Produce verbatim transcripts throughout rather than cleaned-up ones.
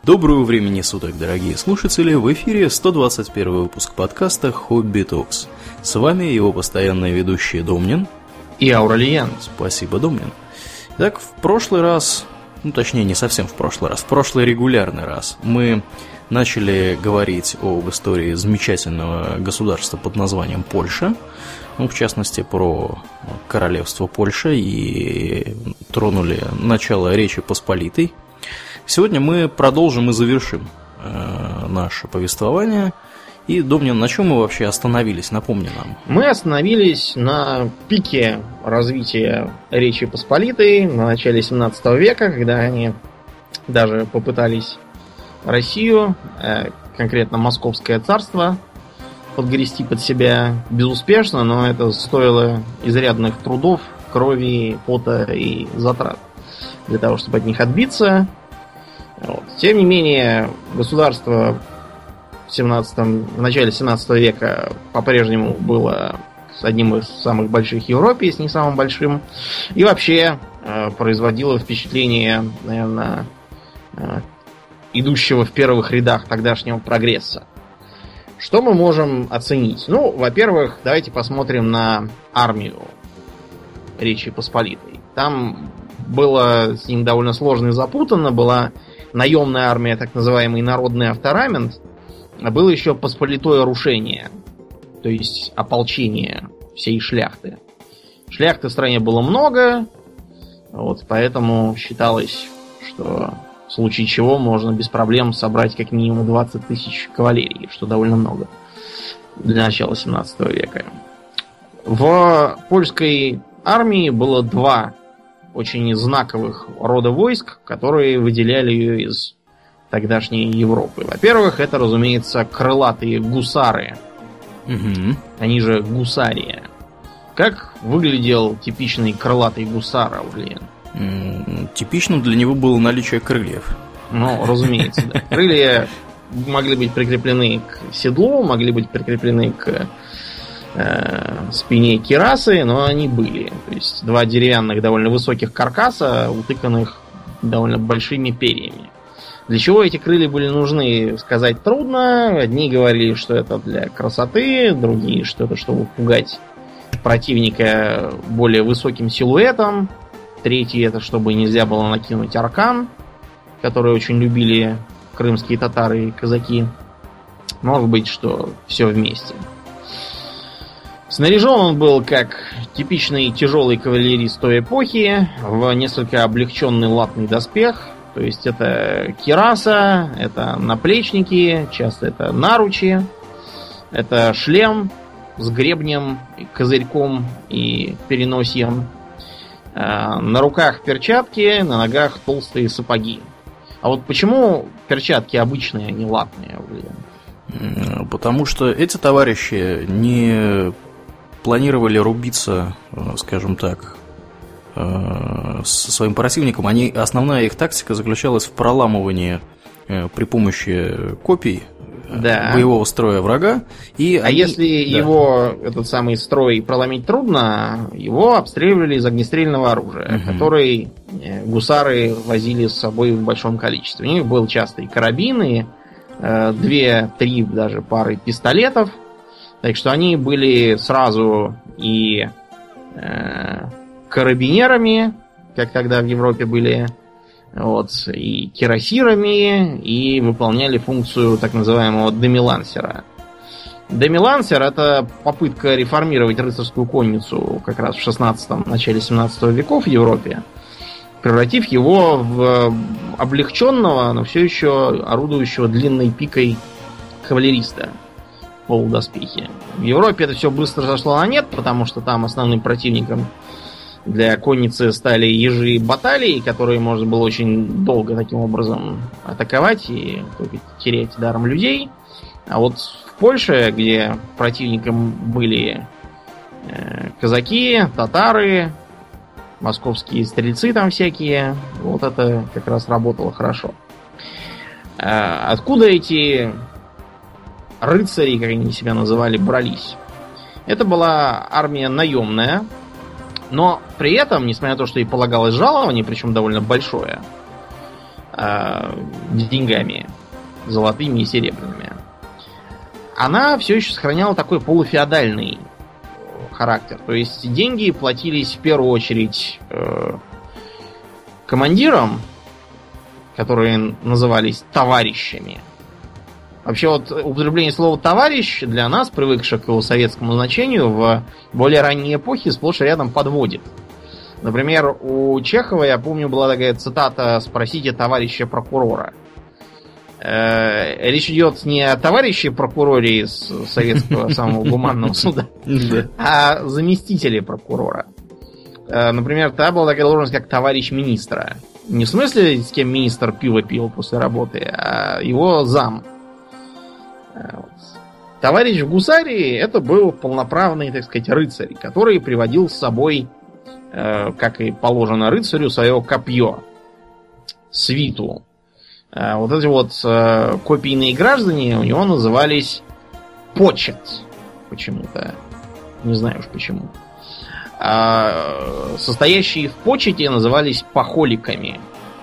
Доброго времени суток, дорогие слушатели! В эфире сто двадцать первый выпуск подкаста «Хобби Токс». С вами его постоянные ведущие Домнин и Аурельян. Спасибо, Домнин. Итак, в прошлый раз, ну точнее не совсем в прошлый раз, в прошлый регулярный раз мы начали говорить об истории замечательного государства под названием Польша. Ну, в частности, про королевство Польша, и тронули начало Речи Посполитой. Сегодня мы продолжим и завершим э, наше повествование. И, Домнин, на чем мы вообще остановились? Напомни нам. Мы остановились на пике развития Речи Посполитой на начале семнадцатого века, когда они даже попытались Россию, э, конкретно Московское царство, подгрести под себя безуспешно, но это стоило изрядных трудов, крови, пота и затрат для того, чтобы от них отбиться. Вот. Тем не менее, государство в, семнадцатом, в начале семнадцатого века по-прежнему было одним из самых больших в Европе, если не самым большим, и вообще э, производило впечатление, наверное, э, идущего в первых рядах тогдашнего прогресса. Что мы можем оценить? Ну, во-первых, давайте посмотрим на армию Речи Посполитой. Там было с ним довольно сложно и запутанно. Была наемная армия, так называемый народный авторамент, а было еще посполитое рушение, то есть ополчение всей шляхты. Шляхты в стране было много, вот, поэтому считалось, что в случае чего можно без проблем собрать как минимум двадцать тысяч кавалерии, что довольно много для начала семнадцатого века. В польской армии было два очень знаковых рода войск, которые выделяли ее из тогдашней Европы. Во-первых, это, разумеется, крылатые гусары. Угу. Они же гусария. Как выглядел типичный крылатый гусар, Аурельян? Типичным для него было наличие крыльев. Ну, разумеется, да. Крылья могли быть прикреплены к седлу, могли быть прикреплены к э, спине кирасы, но они были. То есть два деревянных довольно высоких каркаса, утыканных довольно большими перьями. Для чего эти крылья были нужны, сказать трудно. Одни говорили, что это для красоты, другие, что это чтобы пугать противника более высоким силуэтом. Третий, это чтобы нельзя было накинуть аркан, который очень любили крымские татары и казаки. Может быть, что все вместе. Снаряжен он был как типичный тяжелый кавалерист той эпохи, в несколько облегченный латный доспех. То есть это кираса, это наплечники, часто это наручи, это шлем с гребнем, козырьком и переносием. На руках перчатки, на ногах толстые сапоги. А вот почему перчатки обычные, а не латные? Потому что эти товарищи не планировали рубиться, скажем так, со своим противником. Они, основная их тактика заключалась в проламывании при помощи копий, да, боевого строя врага. И а они... если да. его, этот самый строй, проломить трудно, его обстреливали из огнестрельного оружия, угу. который гусары возили с собой в большом количестве. У них был часто и карабины, две-три даже пары пистолетов. Так что они были сразу и э, карабинерами, как тогда в Европе были, вот, и кирасирами, и выполняли функцию так называемого демилансера. Демилансер — это попытка реформировать рыцарскую конницу как раз в шестнадцатом, начале семнадцатого веков в Европе, превратив его в облегченного, но все еще орудующего длинной пикой кавалериста в полудоспехе. В Европе это все быстро сошло на нет, потому что там основным противником для конницы стали ежи и баталии, которые можно было очень долго таким образом атаковать и терять даром людей. А вот в Польше, где противником были э, казаки, татары, московские стрельцы там всякие, вот это как раз работало хорошо. Э, откуда эти рыцари, как они себя называли, брались? Это была армия наемная, но при этом, несмотря на то, что ей полагалось жалование, причем довольно большое, э, деньгами, золотыми и серебряными. Она все еще сохраняла такой полуфеодальный характер. То есть деньги платились в первую очередь э, командирам, которые назывались товарищами. Вообще вот употребление слова «товарищ» для нас, привыкших к его советскому значению, в более ранней эпохе сплошь и рядом подводит. Например, у Чехова, я помню, была такая цитата «Спросите товарища прокурора». Э, речь идет не о товарище прокуроре из советского самого гуманного суда, а о заместителе прокурора. Э, например, та была такая должность, как товарищ министра. Не в смысле, с кем министр пиво пил после работы, а его зам. Вот. Товарищ в гусарии — это был полноправный, так сказать, рыцарь, который приводил с собой, э, как и положено рыцарю, свое копье, свиту. Э, вот эти вот э, копийные граждане у него назывались почет почему-то. Не знаю уж почему. А состоящие в почете назывались пахоликами.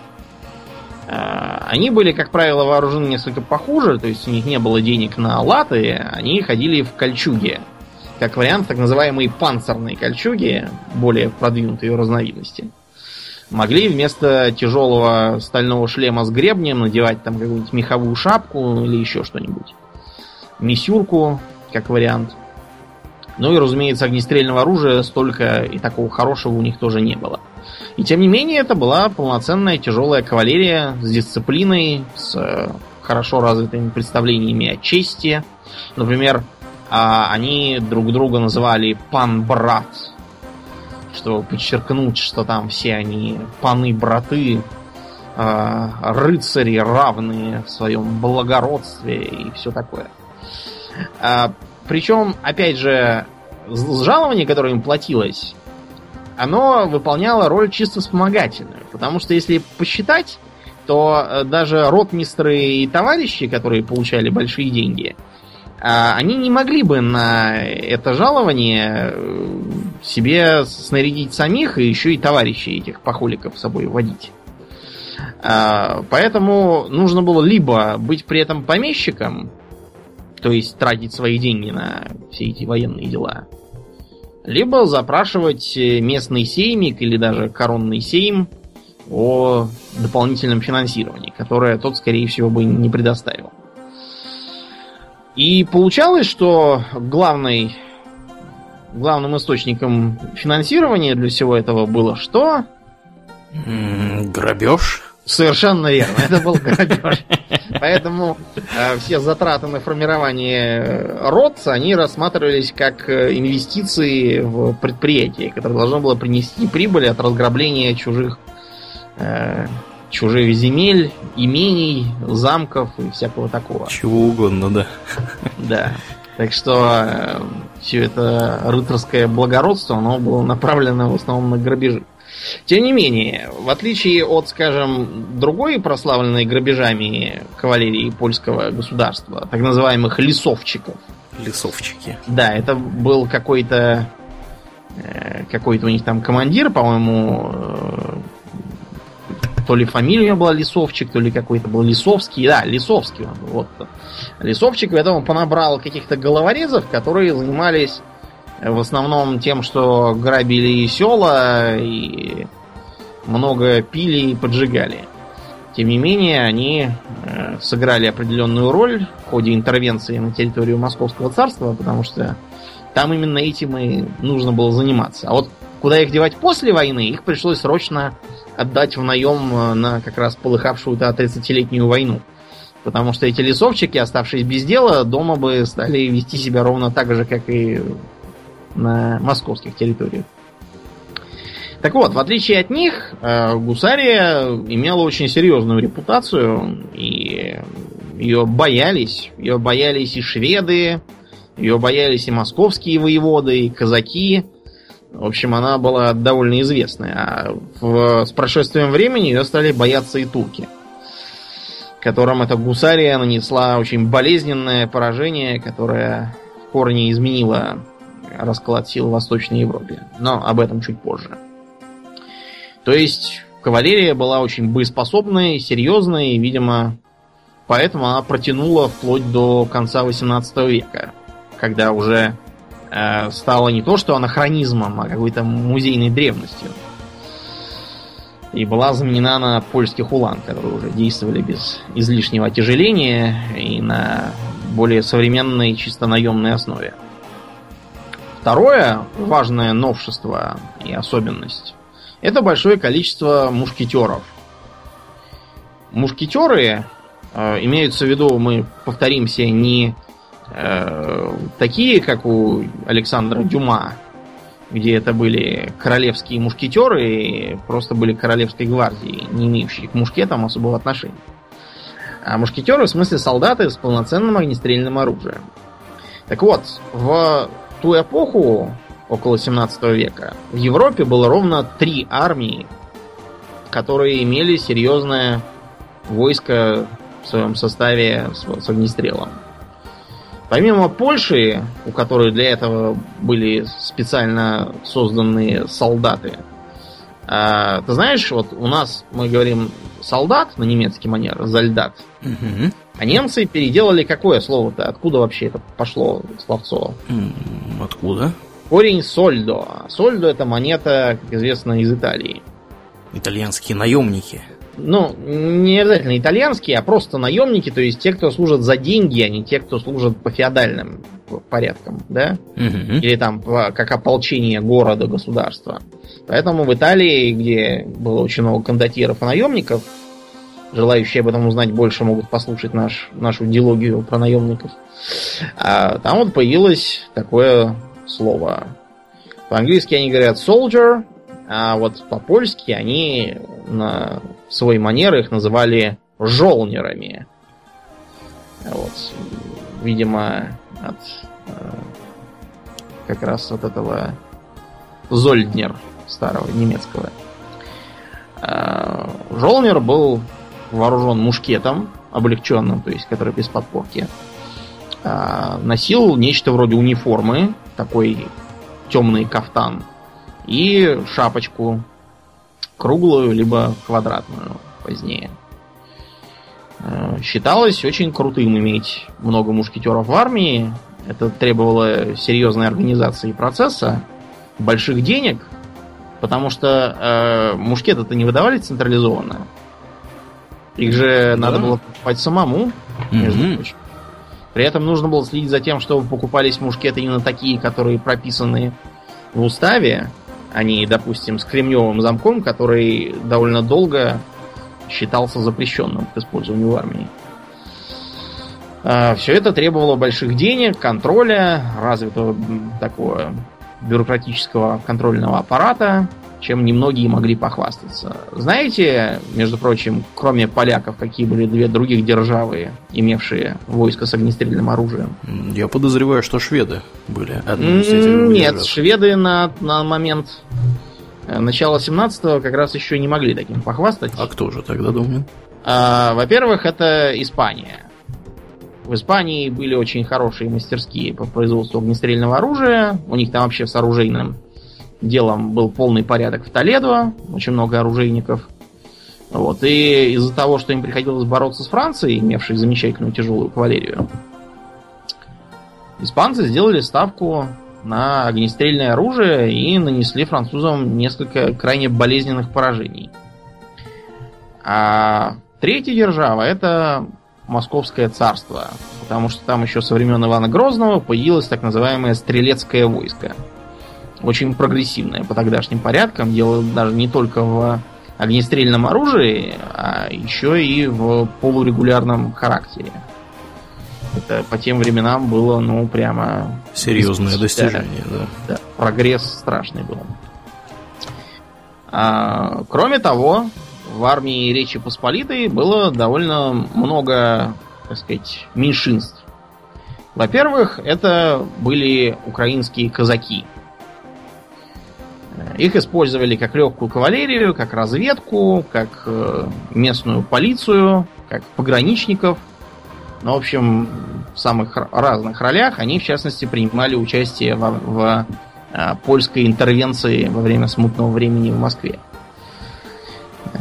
Они были, как правило, вооружены несколько похуже, то есть у них не было денег на латы, они ходили в кольчуге. Как вариант, так называемые панцирные кольчуги, более продвинутые разновидности. Могли вместо тяжелого стального шлема с гребнем надевать там какую-нибудь меховую шапку или еще что-нибудь. Мисюрку, как вариант. Ну и, разумеется, огнестрельного оружия столько и такого хорошего у них тоже не было. И тем не менее, это была полноценная тяжелая кавалерия с дисциплиной, с хорошо развитыми представлениями о чести. Например, они друг друга называли пан-брат, чтобы подчеркнуть, что там все они паны-браты, рыцари равные в своем благородстве и все такое. Причем, опять же, жалование, которое им платилось, оно выполняло роль чисто вспомогательную. Потому что, если посчитать, то даже ротмистры и товарищи, которые получали большие деньги, они не могли бы на это жалование себе снарядить самих и еще и товарищей этих пахоликов с собой водить. Поэтому нужно было либо быть при этом помещиком, то есть тратить свои деньги на все эти военные дела, либо запрашивать местный сеймик или даже коронный сейм о дополнительном финансировании, которое тот, скорее всего, бы не предоставил. И получалось, что главной, главным источником финансирования для всего этого было что? Грабеж? Совершенно верно, это был грабеж. Поэтому э, все затраты на формирование рот, они рассматривались как инвестиции в предприятие, которое должно было принести прибыль от разграбления чужих, э, чужих земель, имений, замков и всякого такого. Чего угодно, да. Да. Так что э, все это рыцарское благородство, оно было направлено в основном на грабежи. Тем не менее, в отличие от, скажем, другой прославленной грабежами кавалерии польского государства, так называемых лесовчиков. Лесовчики. Да, это был какой-то э, какой-то у них там командир, по-моему, э, то ли фамилия у него была Лесовчик, то ли какой-то был Лесовский. Да, Лесовский он был. Вот. Лесовчик, поэтому понабрал каких-то головорезов, которые занимались в основном тем, что грабили села и много пили и поджигали. Тем не менее, они э, сыграли определенную роль в ходе интервенции на территорию Московского царства, потому что там именно этим и нужно было заниматься. А вот куда их девать после войны, их пришлось срочно отдать в наем на как раз полыхавшую-то тридцатилетнюю войну. Потому что эти лесовчики, оставшись без дела, дома бы стали вести себя ровно так же, как и на московских территориях. Так вот, в отличие от них, гусария имела очень серьезную репутацию, и ее боялись. Ее боялись и шведы, ее боялись и московские воеводы, и казаки. В общем, она была довольно известная. А в, с прошествием времени ее стали бояться и турки, которым эта гусария нанесла очень болезненное поражение, которое в корне изменило расклад сил в Восточной Европе. Но об этом чуть позже. То есть, кавалерия была очень боеспособной, серьезной, и, видимо, поэтому она протянула вплоть до конца восемнадцатого века, когда уже э, стало не то, что анахронизмом, а какой-то музейной древностью. И была заменена на польских улан, которые уже действовали без излишнего отяжеления и на более современной чисто наемной основе. Второе важное новшество и особенность — это большое количество мушкетеров. Мушкетеры, э, имеются в виду, мы повторимся, не э, такие, как у Александра Дюма, где это были королевские мушкетеры и просто были королевской гвардией, не имеющие к мушкетам особого отношения. А мушкетеры в смысле солдаты с полноценным огнестрельным оружием. Так вот, в ту эпоху, около семнадцатого века, в Европе было ровно три армии, которые имели серьезное войско в своем составе с, с огнестрелом. Помимо Польши, у которой для этого были специально созданные солдаты, а, ты знаешь, вот у нас мы говорим солдат на немецкий манер, зальдат, Угу. а немцы переделали какое слово-то? Откуда вообще это пошло словцо? Откуда? Корень сольдо. Сольдо — это монета, как известно, из Италии. Итальянские наемники. Ну, не обязательно итальянские, а просто наемники, то есть те, кто служат за деньги, а не те, кто служат по феодальным порядкам, да? Угу. Или там по- как ополчение города, государства. Поэтому в Италии, где было очень много кондотьеров и наемников, желающие об этом узнать больше, могут послушать наш, нашу дилогию про наемников, а там вот появилось такое слово. По-английски они говорят soldier, а вот по-польски они на свой манер их называли жолнерами. Вот. Видимо, от э, как раз от этого зольднер старого немецкого. Э, жолнер был вооружен мушкетом облегченным, то есть который без подпорки. Э, носил нечто вроде униформы, такой темный кафтан, и шапочку круглую, либо квадратную позднее. Считалось очень крутым иметь много мушкетеров в армии. Это требовало серьезной организации процесса, больших денег, потому что э, мушкеты-то не выдавали централизованно. Их же да. надо было покупать самому, между mm-hmm. прочим. При этом нужно было следить за тем, чтобы покупались мушкеты именно такие, которые прописаны в уставе, а не, допустим, с кремневым замком, который довольно долго считался запрещенным к использованию в армии. Все это требовало больших денег, контроля, развитого такого бюрократического контрольного аппарата, чем немногие могли похвастаться. Знаете, между прочим, кроме поляков, какие были две других державы, имевшие войско с огнестрельным оружием? Я подозреваю, что шведы были. Нет, держав. шведы на, на момент начала семнадцатого как раз еще не могли таким похвастать. А кто же тогда думал? А, во-первых, это Испания. В Испании были очень хорошие мастерские по производству огнестрельного оружия. У них там вообще с оружейным делом был полный порядок в Толедо. Очень много оружейников. Вот. И из-за того, что им приходилось бороться с Францией, имевшей замечательную тяжелую кавалерию, испанцы сделали ставку на огнестрельное оружие и нанесли французам несколько крайне болезненных поражений. А третья держава — это Московское царство, потому что там еще со времен Ивана Грозного появилось так называемое стрелецкое войско. Очень прогрессивное по тогдашним порядкам, дело даже не только в огнестрельном оружии, а еще и в полурегулярном характере. Это по тем временам было, ну, прямо... серьезное достижение, да. да. Прогресс страшный был. А, кроме того, в армии Речи Посполитой было довольно много, так сказать, меньшинств. Во-первых, это были украинские казаки. Их использовали как легкую кавалерию, как разведку, как местную полицию, как пограничников. Ну, в общем, в самых разных ролях. Они, в частности, принимали участие в, в а, польской интервенции во время смутного времени в Москве.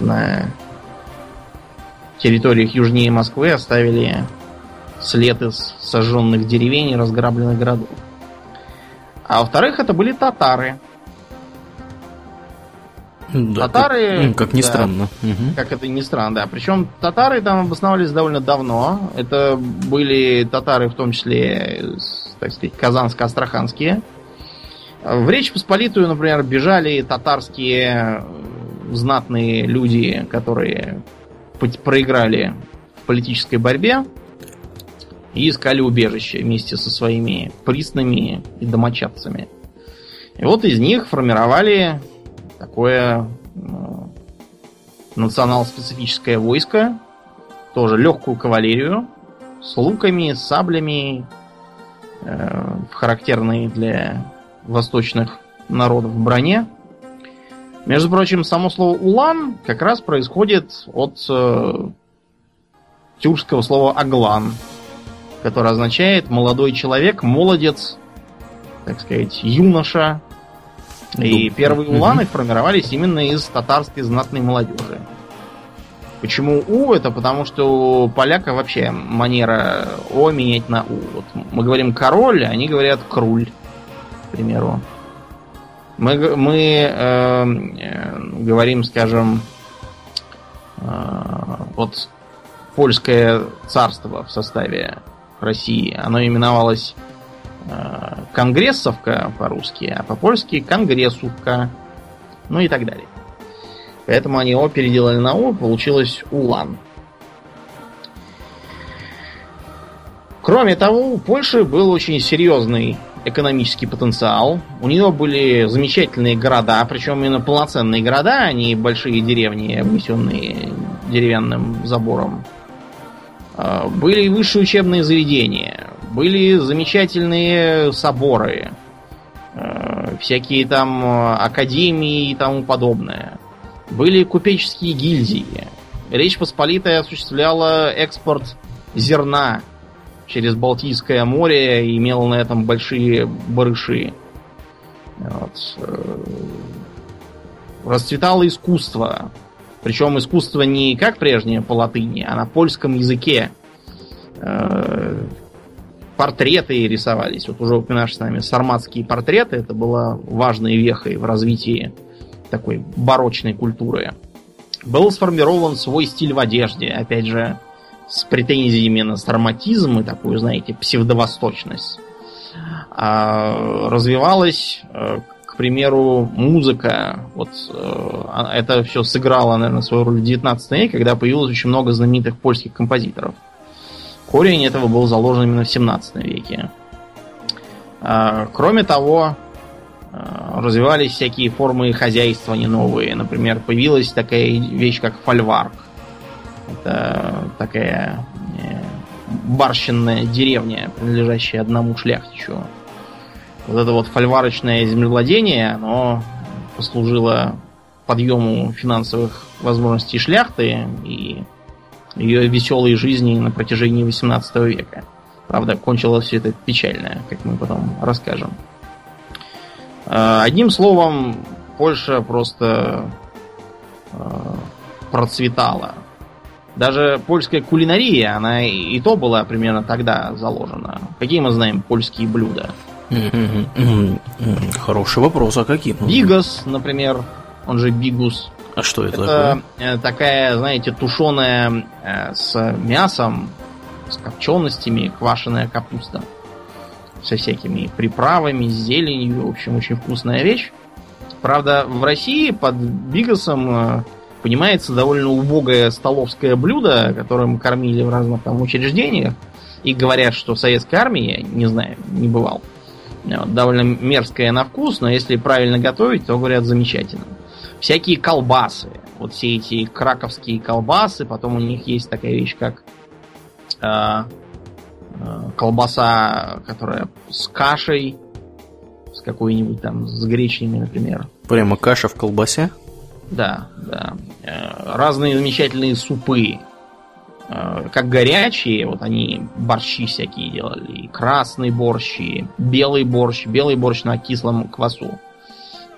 на территориях южнее Москвы оставили след из сожженных деревень и разграбленных городов. А во-вторых, это были татары. Да, татары... Как, как ни да, странно. Угу. Как это ни странно, да. Причем татары там обосновались довольно давно. Это были татары, в том числе, так сказать, казанско-астраханские. В Речь Посполитую, например, бежали татарские знатные люди, которые проиграли в политической борьбе и искали убежище вместе со своими приснами и домочадцами. И вот из них формировали такое ну, национал-специфическое войско, тоже легкую кавалерию, с луками, с саблями, э, характерной для восточных народов броне. Между прочим, само слово «улан» как раз происходит от э, тюркского слова «аглан», которое означает «молодой человек», «молодец», так сказать, «юноша». И ну, первые уланы угу. формировались именно из татарской знатной молодежи. Почему «у»? Это потому, что у поляка вообще манера «о» менять на «у». Вот мы говорим «король», они говорят «круль», к примеру. Мы, мы э, э, говорим, скажем, э, вот польское царство в составе России, оно именовалось э, Конгрессовка по-русски, а по-польски Конгрессувка, ну и так далее. Поэтому они «о» переделали на «у», получилось «улан». Кроме того, у Польши был очень серьезный экономический потенциал. У нее были замечательные города, причем именно полноценные города, а не большие деревни, обнесенные деревянным забором. Были высшие учебные заведения, были замечательные соборы, всякие там академии и тому подобное. Были купеческие гильдии. Речь Посполитая осуществляла экспорт зерна через Балтийское море и имела на этом большие барыши. Вот. Расцветало искусство. Причем искусство не как прежнее по латыни, а на польском языке. Портреты рисовались. Вот уже упоминавшие с нами сарматские портреты. Это была важной вехой в развитии такой барочной культуры. Был сформирован свой стиль в одежде. Опять же, с претензиями на сарматизм и такую, знаете, псевдовосточность. А развивалась, к примеру, музыка. Вот это все сыграло, наверное, свою роль в девятнадцатом веке, когда появилось очень много знаменитых польских композиторов. Корень этого был заложен именно в семнадцатом веке. Кроме того, развивались всякие формы хозяйствования новые. Например, появилась такая вещь, как фольварк. Это такая барщинная деревня, принадлежащая одному шляхтичу. Вот это вот фольварочное землевладение, оно послужило подъему финансовых возможностей шляхты и ее веселой жизни на протяжении восемнадцатого века. Правда, кончилось все это печально, как мы потом расскажем. Одним словом, Польша просто процветала. Даже польская кулинария, она и то была примерно тогда заложена. Какие мы знаем польские блюда? Хороший вопрос, а какие? Бигос, например, он же бигус. А что это, это такое? Такая, знаете, тушеная с мясом, с копченостями, квашеная капуста. Со всякими приправами, с зеленью. В общем, очень вкусная вещь. Правда, в России под бигосом понимается довольно убогое столовское блюдо, которым кормили в разных там учреждениях. И говорят, что в советской армии, не знаю, не бывал, довольно мерзкое на вкус, но если правильно готовить, то, говорят, замечательно. Всякие колбасы. Вот все эти краковские колбасы. Потом у них есть такая вещь, как э, э, колбаса, которая с кашей, с какой-нибудь там, с гречневой, например. Прямо каша в колбасе? Да, да. Разные замечательные супы. Как горячие, вот они борщи всякие делали. И красный борщ, и белый борщ. Белый борщ на кислом квасу.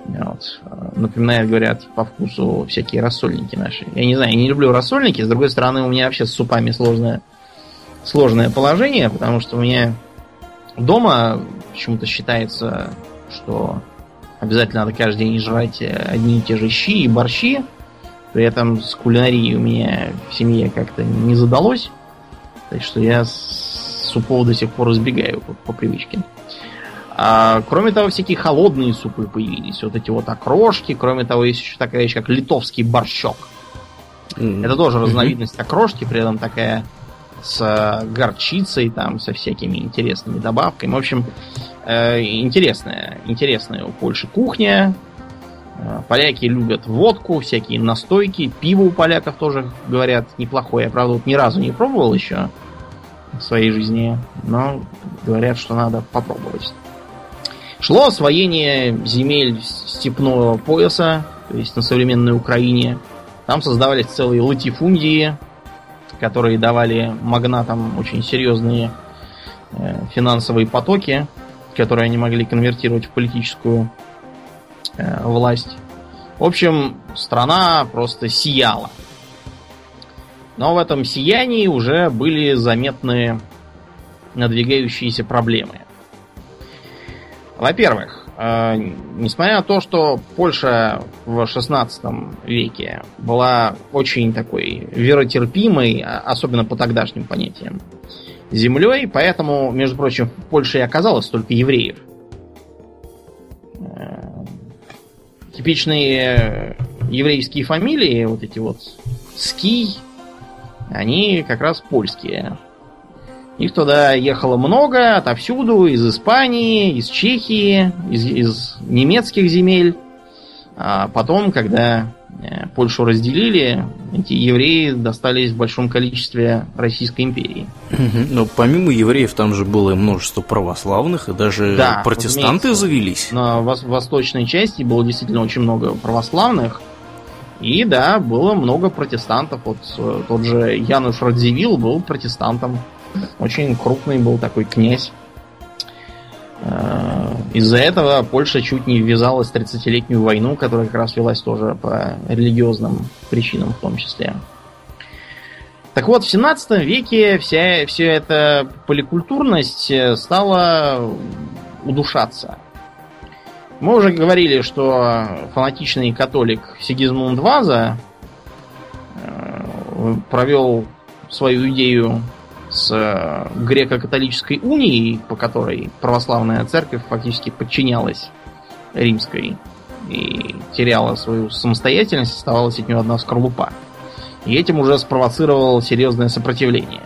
Вот. Напоминает, говорят, по вкусу всякие рассольники наши. Я не знаю, я не люблю рассольники. С другой стороны, у меня вообще с супами сложное, сложное положение, потому что у меня дома почему-то считается, что обязательно надо каждый день жрать одни и те же щи и борщи. При этом с кулинарией у меня в семье как-то не задалось. Так что я с супов до сих пор избегаю по, по привычке. А, кроме того, всякие холодные супы появились. Вот эти вот окрошки. Кроме того, есть еще такая вещь, как литовский борщок. Mm-hmm. Это тоже разновидность окрошки, при этом такая с горчицей, там, со всякими интересными добавками. В общем, э, интересная, интересная у Польши кухня. Поляки любят водку, всякие настойки. Пиво у поляков тоже, говорят, неплохое. Я, правда, вот ни разу не пробовал еще в своей жизни, но говорят, что надо попробовать. Шло освоение земель степного пояса, то есть на современной Украине. Там создавались целые латифундии, которые давали магнатам очень серьезные э, финансовые потоки, которые они могли конвертировать в политическую э, власть. В общем, страна просто сияла. Но в этом сиянии уже были заметны надвигающиеся проблемы. Во-первых, э, несмотря на то, что Польша в шестнадцатом веке была очень такой веротерпимой, особенно по тогдашним понятиям, землей, поэтому, между прочим, в Польше и оказалось столько евреев. Э, типичные еврейские фамилии, вот эти вот Ский, они как раз польские. Их туда ехало много, отовсюду, из Испании, из Чехии, из, из немецких земель. А потом, когда Польшу разделили, эти евреи достались в большом количестве Российской империи. Но помимо евреев там же было множество православных, и даже да, протестанты завелись. На восточной части было действительно очень много православных. И да, было много протестантов. Вот тот же Януш Радзивилл был протестантом. Очень крупный был такой князь. Из-за этого Польша чуть не ввязалась в тридцатилетнюю войну, которая как раз велась тоже по религиозным причинам в том числе. Так вот, в семнадцатом веке вся, вся эта поликультурность стала удушаться. Мы уже говорили, что фанатичный католик Сигизмунд Ваза провел свою идею с греко-католической унией, по которой православная церковь фактически подчинялась римской и теряла свою самостоятельность, оставалась от нее одна скорлупа. И этим уже спровоцировал серьезное сопротивление.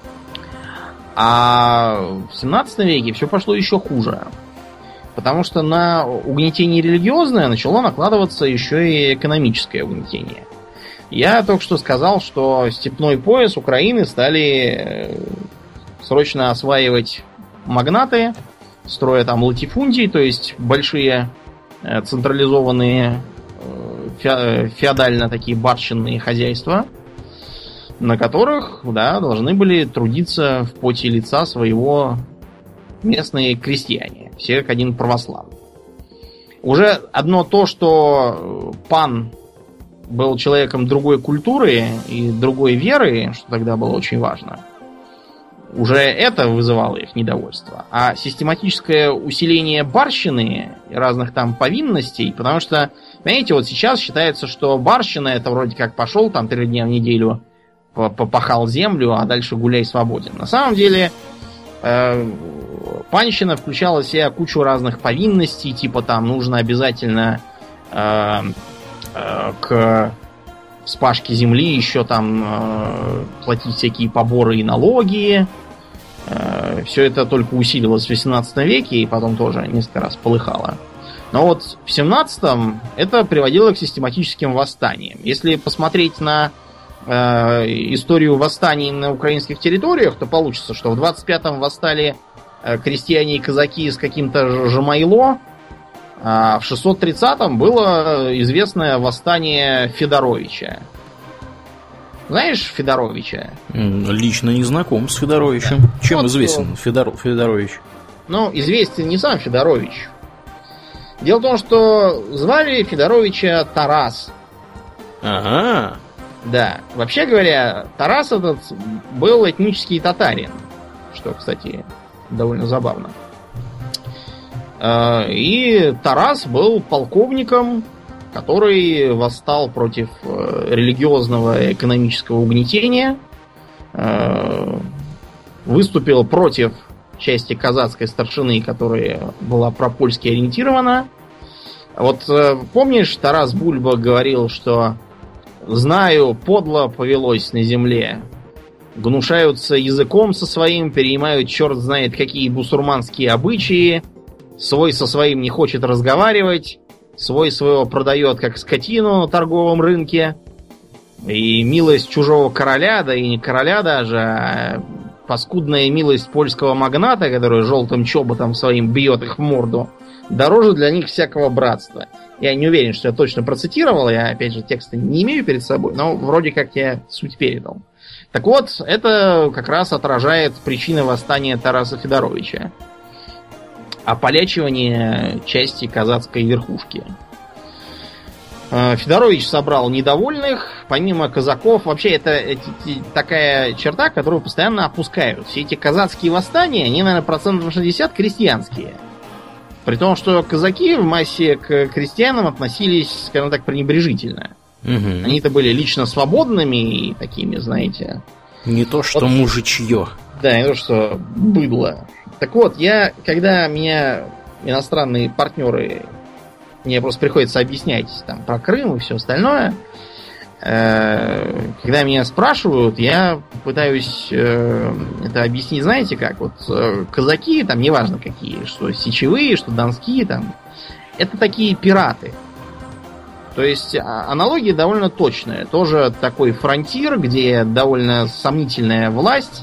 А в семнадцатом веке все пошло еще хуже. Потому что на угнетение религиозное начало накладываться еще и экономическое угнетение. Я только что сказал, что степной пояс Украины стали срочно осваивать магнаты, строя там латифундии, то есть большие централизованные феодально такие барщинные хозяйства, на которых, да, должны были трудиться в поте лица своего местные крестьяне, все как один православный. Уже одно то, что пан был человеком другой культуры и другой веры, что тогда было очень важно, уже это вызывало их недовольство. А систематическое усиление барщины и разных там повинностей, потому что, понимаете, вот сейчас считается, что барщина это вроде как пошел там три дня в неделю, попахал землю, а дальше гуляй свободен. На самом деле э, панщина включала в себя кучу разных повинностей, типа там нужно обязательно э, э, к вспашке земли еще там э, платить всякие поборы и налоги. Э, все это только усилилось в восемнадцатом веке и потом тоже несколько раз полыхало. Но вот в семнадцатом это приводило к систематическим восстаниям. Если посмотреть на э, историю восстаний на украинских территориях, то получится, что в двадцать пятом восстали э, крестьяне и казаки с каким-то Жамайло, а в шестьсот тридцатом было известное восстание Федоровича. Знаешь Федоровича? Лично не знаком с Федоровичем. Да. Чем вот известен Федор... Федорович? Ну, известен не сам Федорович. Дело в том, что звали Федоровича Тарас. Ага. Да. Вообще говоря, Тарас этот был этнический татарин. Что, кстати, довольно забавно. И Тарас был полковником, который восстал против религиозного экономического угнетения, выступил против части казацкой старшины, которая была пропольски ориентирована. Вот помнишь, Тарас Бульба говорил, что «знаю, подло повелось на земле, гнушаются языком со своим, перенимают черт знает какие бусурманские обычаи, свой со своим не хочет разговаривать, свой своего продает как скотину на торговом рынке, и милость чужого короля, да и не короля даже, а паскудная милость польского магната, который желтым чоботом своим бьет их в морду, дороже для них всякого братства». Я не уверен, что я точно процитировал, я, опять же, текста не имею перед собой, но вроде как я суть передал. Так вот, это как раз отражает причины восстания Тараса Федоровича. Ополячивание части казацкой верхушки. Федорович собрал недовольных, помимо казаков. Вообще, это, это такая черта, которую постоянно опускают. Все эти казацкие восстания, они, наверное, процентов шестьдесят крестьянские. При том, что казаки в массе к крестьянам относились, скажем так, пренебрежительно. Угу. Они-то были лично свободными и такими, знаете... Не то, что вот, мужичье. Да, не то, что быдло. Так вот, я, когда меня иностранные партнеры, мне просто приходится объяснять там про Крым и все остальное, э, когда меня спрашивают, я пытаюсь э, это объяснить, знаете как, вот э, казаки, там неважно какие, что сечевые, что донские, там, это такие пираты. То есть аналогия довольно точная. Тоже такой фронтир, где довольно сомнительная власть,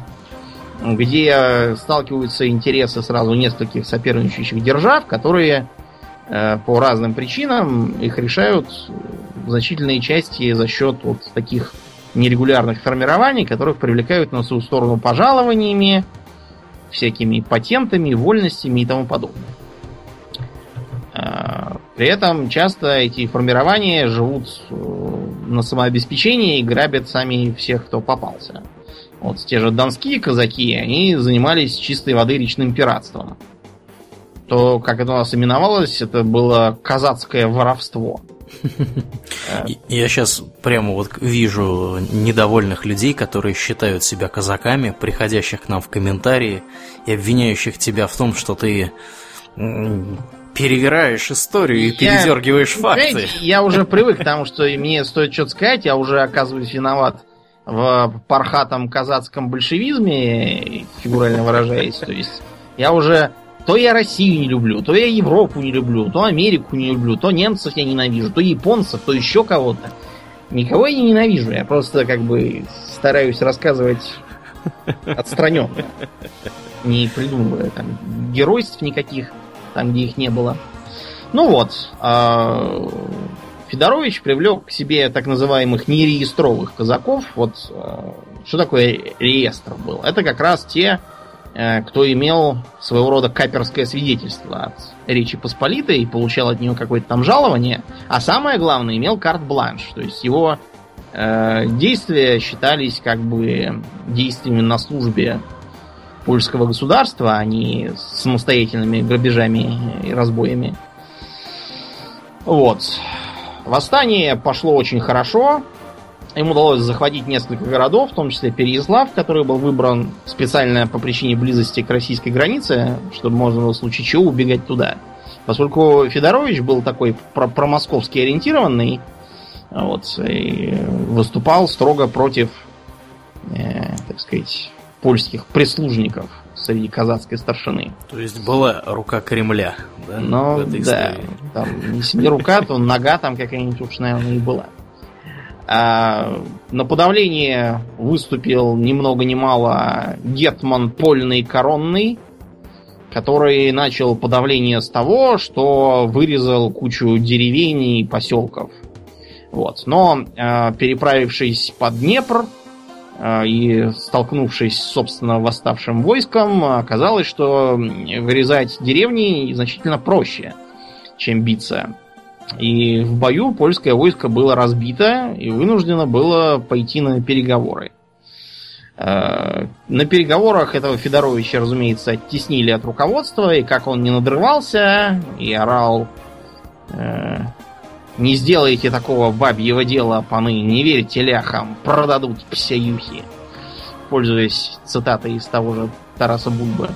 где сталкиваются интересы сразу нескольких соперничающих держав, которые э, по разным причинам их решают в значительной части за счет вот таких нерегулярных формирований, которых привлекают на свою сторону пожалованиями, всякими патентами, вольностями и тому подобное. При этом часто эти формирования живут на самообеспечении и грабят сами всех, кто попался. Вот те же донские казаки, они занимались чистой воды речным пиратством. То, как это у нас именовалось, это было казацкое воровство. Я сейчас прямо вот вижу недовольных людей, которые считают себя казаками, приходящих к нам в комментарии и обвиняющих тебя в том, что ты... перевираешь историю и я, передергиваешь факты. Я уже привык к тому, что мне стоит что-то сказать, я уже оказываюсь виноват в пархатом казацком большевизме, фигурально выражаясь. То есть я уже... То я Россию не люблю, то я Европу не люблю, то Америку не люблю, то немцев я ненавижу, то японцев, то еще кого-то. Никого я не ненавижу, я просто как бы стараюсь рассказывать отстраненно. Не придумывая там геройств никаких. Там, где их не было. Ну вот, Федорович привлек к себе так называемых нереестровых казаков. Вот что такое реестр был? Это как раз те, кто имел своего рода каперское свидетельство от Речи Посполитой и получал от нее какое-то там жалование, а самое главное, имел карт-бланш. То есть его действия считались как бы действиями на службе польского государства, а не самостоятельными грабежами и разбоями. Вот. Восстание пошло очень хорошо. Им удалось захватить несколько городов, в том числе Переяслав, который был выбран специально по причине близости к российской границе, чтобы можно было в случае чего убегать туда. Поскольку Федорович был такой про- промосковски ориентированный, вот, и выступал строго против, э, так сказать, польских прислужников среди казацкой старшины. То есть была рука Кремля, да? Ну, да. Там, если не рука, то нога там какая-нибудь уж, наверное, и была. А, на подавление выступил ни много ни мало гетман Польный Коронный, который начал подавление с того, что вырезал кучу деревень и поселков. Вот. Но, а, переправившись под Днепр, и столкнувшись с, собственно, восставшим войском, оказалось, что вырезать деревни значительно проще. чем биться. И в бою польское войско было разбито и вынуждено было пойти на переговоры. На переговорах этого Федоровича, разумеется, оттеснили от руководства, и как он не надрывался и орал: «Не сделайте такого бабьего дела, паны, не верьте ляхам, продадут псяюхи», пользуясь цитатой из того же Тараса Бульбы.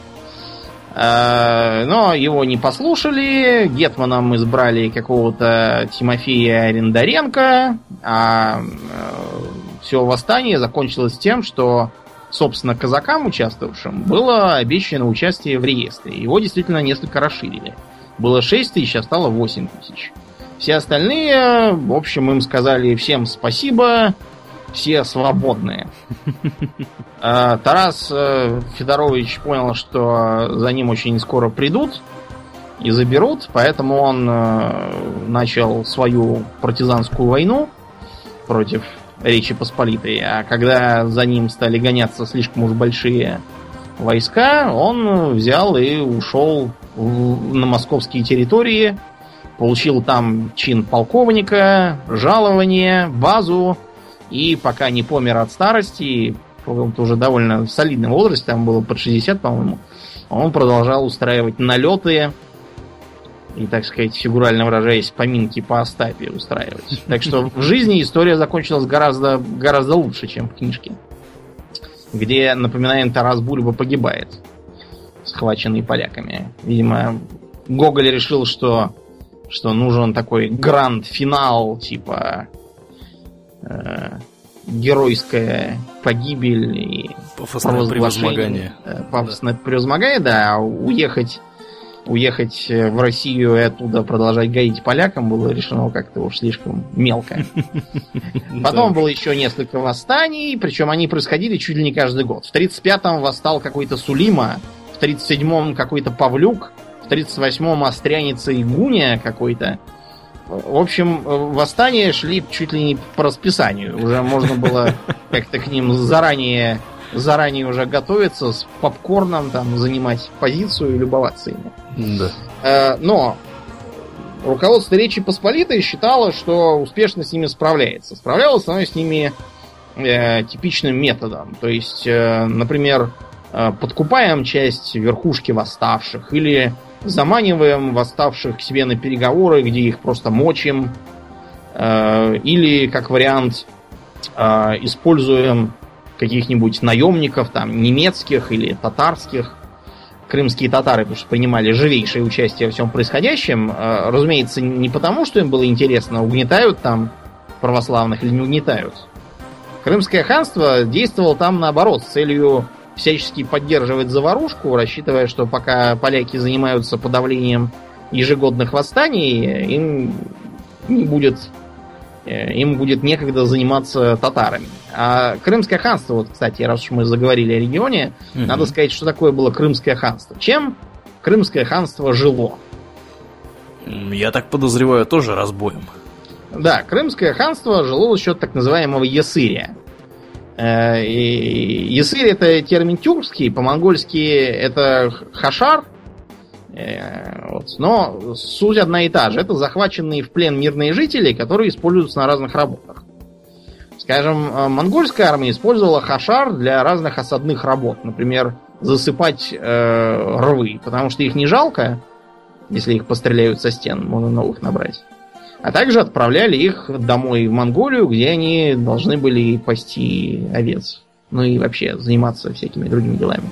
Но его не послушали, гетманом избрали какого-то Тимофея Арендаренко, а все восстание закончилось тем, что, собственно, казакам, участвовавшим, было обещано участие в реестре. Его действительно несколько расширили. Было шесть тысяч, а стало восемь тысяч. Все остальные, в общем, им сказали всем спасибо, все свободные. Тарас Федорович понял, что за ним очень скоро придут и заберут, поэтому он начал свою партизанскую войну против Речи Посполитой. А когда за ним стали гоняться слишком уж большие войска, он взял и ушел в, на московские территории, получил там чин полковника, жалование, базу, и пока не помер от старости, в уже довольно солидном возрасте, там было под шестьдесят, по-моему, он продолжал устраивать налеты и, так сказать, фигурально выражаясь, поминки по Остапе устраивать. Так что в жизни история закончилась гораздо, гораздо лучше, чем в книжке, где, напоминаем, Тарас Бульба погибает, схваченный поляками. Видимо, Гоголь решил, что, что нужен такой гранд-финал, типа э, геройская погибель и пафосное превозмогание. Пафосное да. превозмогание, да, уехать Уехать в Россию и оттуда продолжать гоить полякам было решено как-то уж слишком мелко. Потом было еще несколько восстаний, причем они происходили чуть ли не каждый год. В тридцать пятом восстал какой-то Сулима, в тридцать седьмом какой-то Павлюк, в тридцать восьмом Остряница и Гуня какой-то. В общем, восстания шли чуть ли не по расписанию. Уже можно было как-то к ним заранее... заранее уже готовиться с попкорном, там, занимать позицию и любоваться ими. Да. Но руководство Речи Посполитой считало, что успешно с ними справляется. Справлялось оно с ними э, типичным методом. То есть, э, например, э, подкупаем часть верхушки восставших или заманиваем восставших к себе на переговоры, где их просто мочим. Э, или, как вариант, э, используем каких-нибудь наемников, там, немецких или татарских. Крымские татары, потому что принимали живейшее участие во всем происходящем. Разумеется, не потому, что им было интересно, угнетают там православных или не угнетают. Крымское ханство действовало там наоборот, с целью всячески поддерживать заварушку, рассчитывая, что пока поляки занимаются подавлением ежегодных восстаний, им не будет... им будет некогда заниматься татарами. А Крымское ханство, вот, кстати, раз уж мы заговорили о регионе, угу. надо сказать, что такое было Крымское ханство. Чем Крымское ханство жило? Я так подозреваю, тоже разбоем. Да, Крымское ханство жило за счет так называемого ясыря. Ясырь — это термин тюркский, по-монгольски это хашар. Вот. Но суть одна и та же. Это захваченные в плен мирные жители, которые используются на разных работах. Скажем, монгольская армия использовала хашар для разных осадных работ. Например, засыпать э, рвы, потому что их не жалко, если их постреляют со стен, можно новых набрать. А также отправляли их домой в Монголию, где они должны были пасти овец. Ну и вообще заниматься всякими другими делами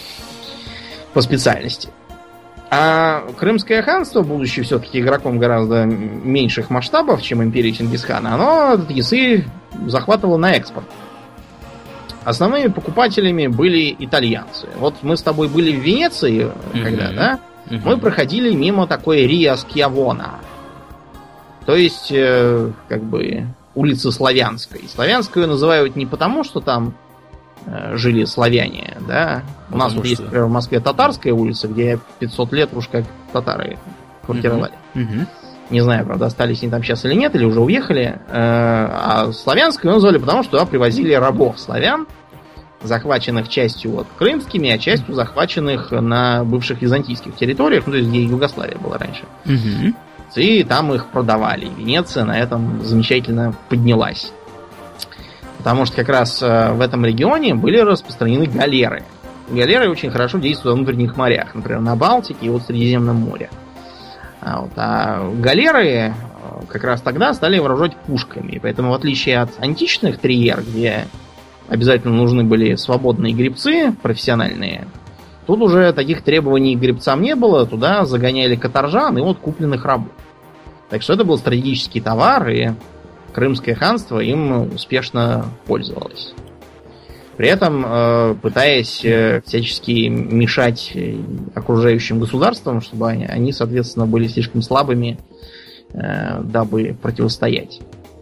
по специальности. А Крымское ханство, будучи все-таки игроком гораздо меньших масштабов, чем империя Чингисхана, оно этот ясырь захватывало на экспорт. Основными покупателями были итальянцы. Вот мы с тобой были в Венеции, mm-hmm. когда, да? Mm-hmm. Мы проходили мимо такой Риа Скьявона. То есть, э, как бы, улицы Славянской. Славянскую называют не потому, что там жили славяне, да. У нас вот есть, например, в Москве Татарская улица, где пятьсот лет уж как татары квартировали. Uh-huh. Uh-huh. Не знаю, правда, остались они там сейчас или нет, или уже уехали. А Славянскую назвали потому, что туда привозили рабов славян, захваченных частью вот крымскими, а частью захваченных на бывших византийских территориях, ну, то есть где Югославия была раньше. Uh-huh. И там их продавали. Венеция на этом замечательно поднялась. Потому что как раз в этом регионе были распространены галеры. Галеры очень хорошо действуют в внутренних морях. Например, на Балтике и вот в Средиземном море. А, вот, а галеры как раз тогда стали вооружать пушками. И поэтому, в отличие от античных триер, где обязательно нужны были свободные гребцы, профессиональные, тут уже таких требований к гребцам не было. Туда загоняли каторжан и вот купленных рабов. Так что это был стратегический товар, и Крымское ханство им успешно пользовалось. При этом пытаясь всячески мешать окружающим государствам, чтобы они, они соответственно, были слишком слабыми, дабы противостоять.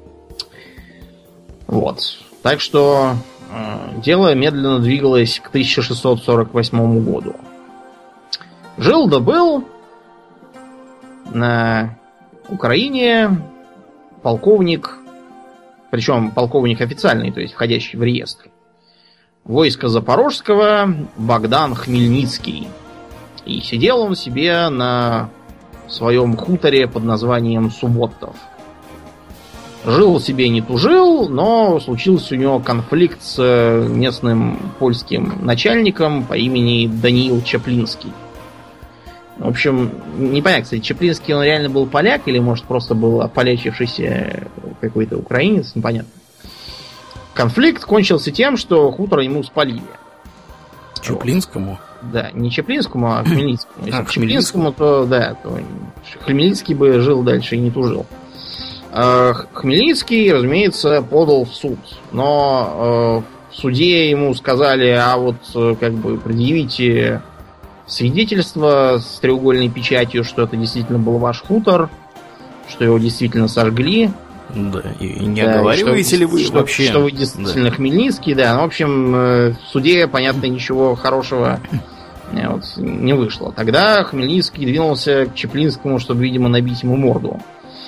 Вот. Так что дело медленно двигалось к тысяча шестьсот сорок восьмому году. Жил да был на Украине полковник, причем полковник официальный, то есть входящий в реестр, войска Запорожского Богдан Хмельницкий. И сидел он себе на своем хуторе под названием Субботов. Жил себе не тужил, но случился у него конфликт с местным польским начальником по имени Даниил Чаплинский. В общем, непонятно, кстати, Чаплинский, он реально был поляк или, может, просто был ополячившийся какой-то украинец, непонятно. Конфликт кончился тем, что хутор ему спалили. Чаплинскому? Вот. Да, не Чаплинскому, а Хмельницкому. Если а, бы Чаплинскому, то да, то Хмельницкий бы жил дальше и не тужил. Хмельницкий, разумеется, подал в суд. Но в суде ему сказали, а вот как бы предъявите свидетельство с треугольной печатью, что это действительно был ваш хутор, что его действительно сожгли. Да, и не да, оговариваете ли вы что, вообще? Что вы действительно да. Хмельницкий, да. Ну, в общем, в суде, понятно, ничего хорошего вот, не вышло. Тогда Хмельницкий двинулся к Чаплинскому, чтобы, видимо, набить ему морду.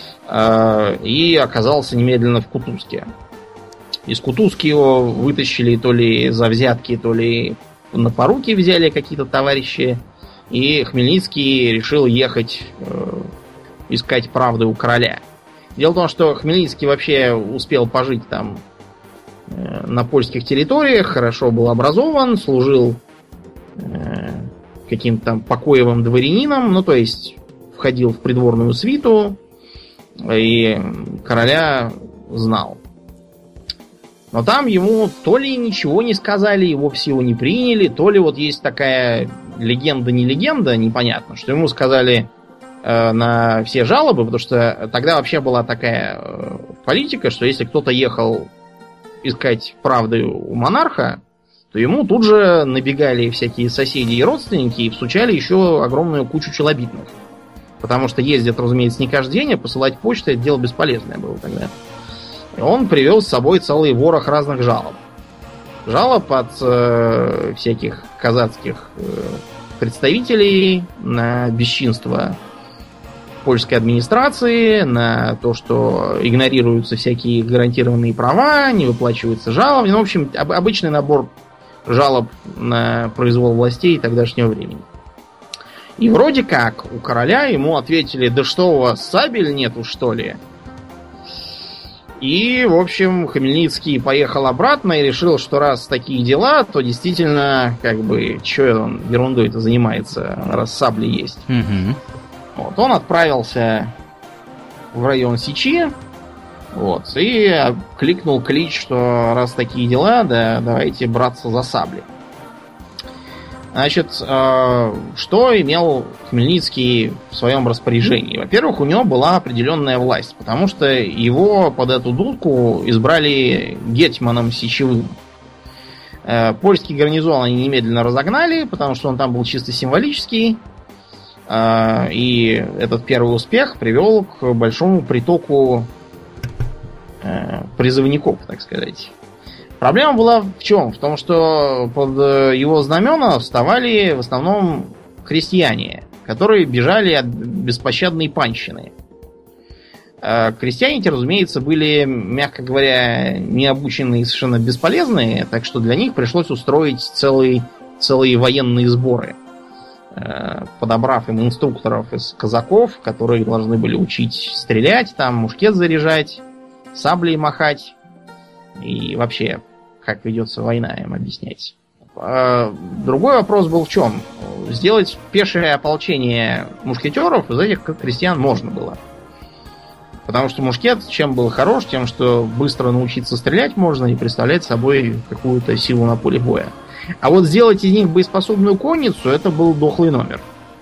И оказался немедленно в Кутузке. Из Кутузки его вытащили то ли за взятки, то ли на поруки взяли какие-то товарищи. И Хмельницкий решил ехать искать правды у короля. Дело в том, что Хмельницкий вообще успел пожить там э, на польских территориях, хорошо был образован, служил э, каким-то там покоевым дворянином, ну то есть входил в придворную свиту и короля знал. Но там ему то ли ничего не сказали, его всего не приняли, то ли вот есть такая легенда, не легенда, непонятно, что ему сказали на все жалобы, потому что тогда вообще была такая политика, что если кто-то ехал искать правды у монарха, то ему тут же набегали всякие соседи и родственники и всучали еще огромную кучу челобитных. Потому что ездят, разумеется, не каждый день, а посылать почту — это дело бесполезное было тогда. И он привез с собой целый ворох разных жалоб. Жалоб от э, всяких казацких э, представителей на бесчинство польской администрации, на то, что игнорируются всякие гарантированные права, не выплачиваются жалобы. Ну, в общем, об, обычный набор жалоб на произвол властей тогдашнего времени. И вроде как у короля ему ответили: да что у вас, сабель нету, что ли? И, в общем, Хмельницкий поехал обратно и решил, что раз такие дела, то действительно, как бы, что он ерундой-то занимается, раз сабли есть. Угу. Вот, он отправился в район Сечи, вот, и кликнул клич, что раз такие дела, да, давайте браться за сабли. Значит, э, что имел Хмельницкий в своем распоряжении? Во-первых, у него была определенная власть, потому что его под эту дудку избрали гетьманом сечевым. Э, польский гарнизон они немедленно разогнали, потому что он там был чисто символический. И этот первый успех привел к большому притоку призывников, так сказать. Проблема была в чем? В том, что под его знамена вставали в основном крестьяне, которые бежали от беспощадной панщины. Крестьяне эти, разумеется, были, мягко говоря, необученные и совершенно бесполезные, так что для них пришлось устроить целый, целые военные сборы. подобрав им инструкторов из казаков, которые должны были учить стрелять, там, мушкет заряжать, саблей махать и вообще, как ведется война, им объяснять. Другой вопрос был в чем? Сделать пешее ополчение мушкетеров из этих крестьян можно было. Потому что мушкет чем был хорош? Тем, что быстро научиться стрелять можно и представлять собой какую-то силу на поле боя. А вот сделать из них боеспособную конницу, это был дохлый номер.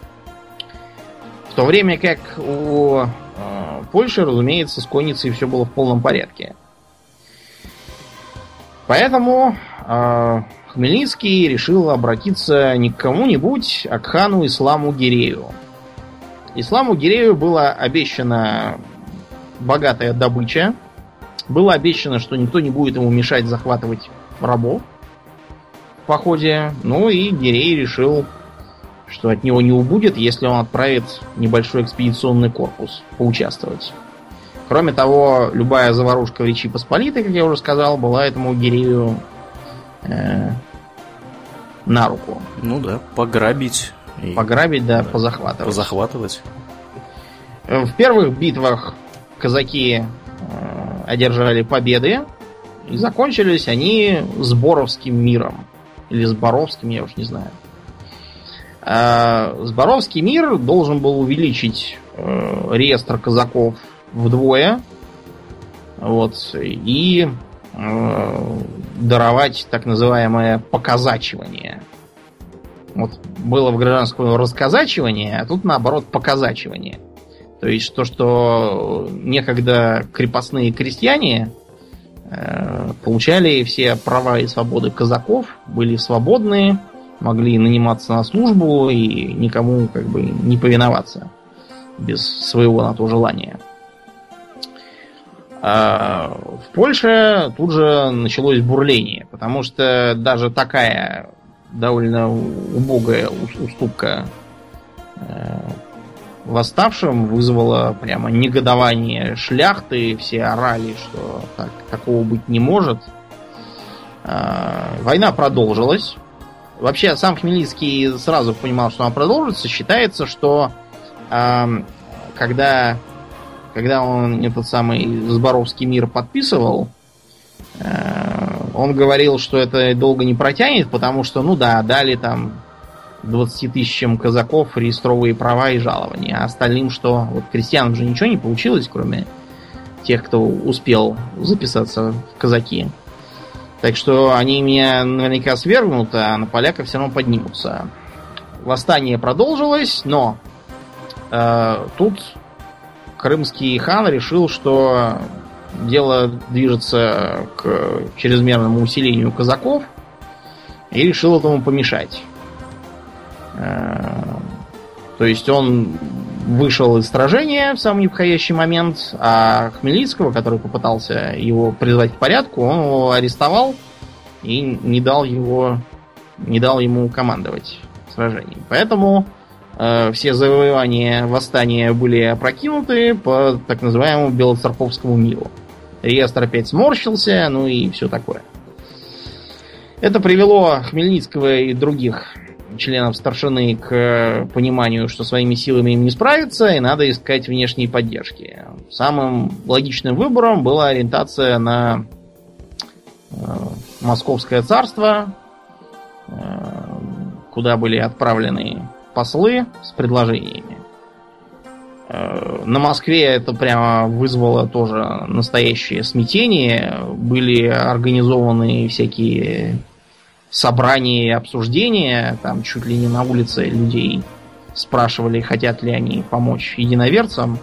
В то время как у э, Польши, разумеется, с конницей все было в полном порядке. Поэтому э, Хмельницкий решил обратиться не к кому-нибудь, а к хану Исламу Гирею. Исламу Гирею была обещана богатая добыча. Было обещано, что никто не будет ему мешать захватывать рабов в походе. Ну и Гирей решил, что от него не убудет, если он отправит небольшой экспедиционный корпус поучаствовать. Кроме того, любая заварушка в Речи Посполитой, как я уже сказал, была этому Гирею э, на руку. Ну да, пограбить. И... Пограбить, да, да, позахватывать. Позахватывать. В первых битвах казаки э, одержали победы, и закончились они Сборовским миром. Или Сборовским, я уж не знаю. А Сборовский мир должен был увеличить э, реестр казаков вдвое. Вот, и э, даровать так называемое показачивание. Вот было в гражданском расказачивание, а тут наоборот показачивание. То есть то, что некогда крепостные крестьяне э, получали все права и свободы казаков, были свободны, могли наниматься на службу и никому как бы не повиноваться без своего на то желания. А в Польше тут же началось бурление, потому что даже такая довольно убогая уступка э, восставшим вызвала прямо негодование шляхты. Все орали, что так, такого быть не может. Э, война продолжилась. Вообще, сам Хмельницкий сразу понимал, что она продолжится. Считается, что э, когда, когда он этот самый Сборовский мир подписывал, он говорил, что это долго не протянет, потому что, ну да, дали там двадцати тысячам казаков реестровые права и жалования, а остальным что? Вот крестьянам же ничего не получилось, кроме тех, кто успел записаться в казаки. Так что они меня наверняка свергнут, а на поляков все равно поднимутся. Восстание продолжилось, но э, тут крымский хан решил, что дело движется к чрезмерному усилению казаков, и решил этому помешать. То есть он вышел из сражения в самый неподходящий момент, а Хмельницкого, который попытался его призвать к порядку, он его арестовал и не дал его, не дал ему командовать сражением. Поэтому э, все завоевания восстания были опрокинуты по так называемому Белоцерковскому миру. Реестр опять сморщился, ну и все такое. Это привело Хмельницкого и других членов старшины к пониманию, что своими силами им не справиться, и надо искать внешней поддержки. Самым логичным выбором была ориентация на э, Московское царство, э, куда были отправлены послы с предложениями. Э, на Москве это прямо вызвало тоже настоящее смятение. Были организованы всякие собрания и обсуждения, там чуть ли не на улице людей спрашивали, хотят ли они помочь единоверцам.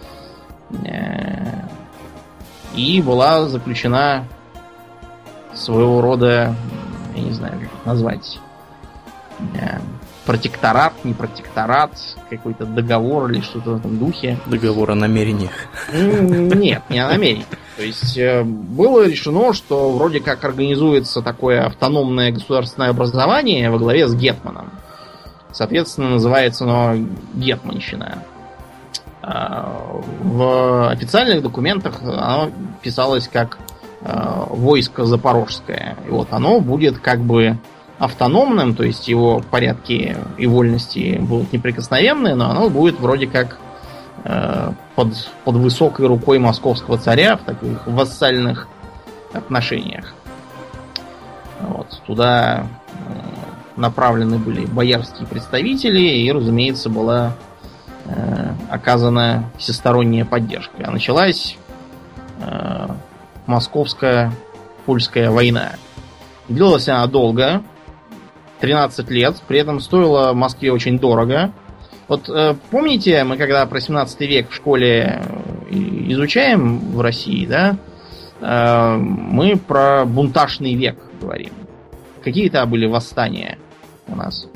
И была заключена своего рода, я не знаю, как это назвать, протекторат, не протекторат, какой-то договор или что-то в этом духе. Договор о намерениях. Нет, не о намерениях. То есть было решено, что вроде как организуется такое автономное государственное образование во главе с гетманом. Соответственно, называется оно гетманщина. В официальных документах оно писалось как войско Запорожское. И вот оно будет как бы автономным, то есть его порядки и вольности будут неприкосновенны, но оно будет вроде как э, под, под высокой рукой московского царя в таких вассальных отношениях. Вот. Туда э, направлены были боярские представители, и, разумеется, была э, оказана всесторонняя поддержка. А началась э, московская польская война. Длилась она долго, тринадцать лет, при этом стоила Москве очень дорого. Вот э, помните, мы когда про семнадцатый век в школе изучаем в России, да, э, мы про бунтажный век говорим. Какие-то были восстания у нас?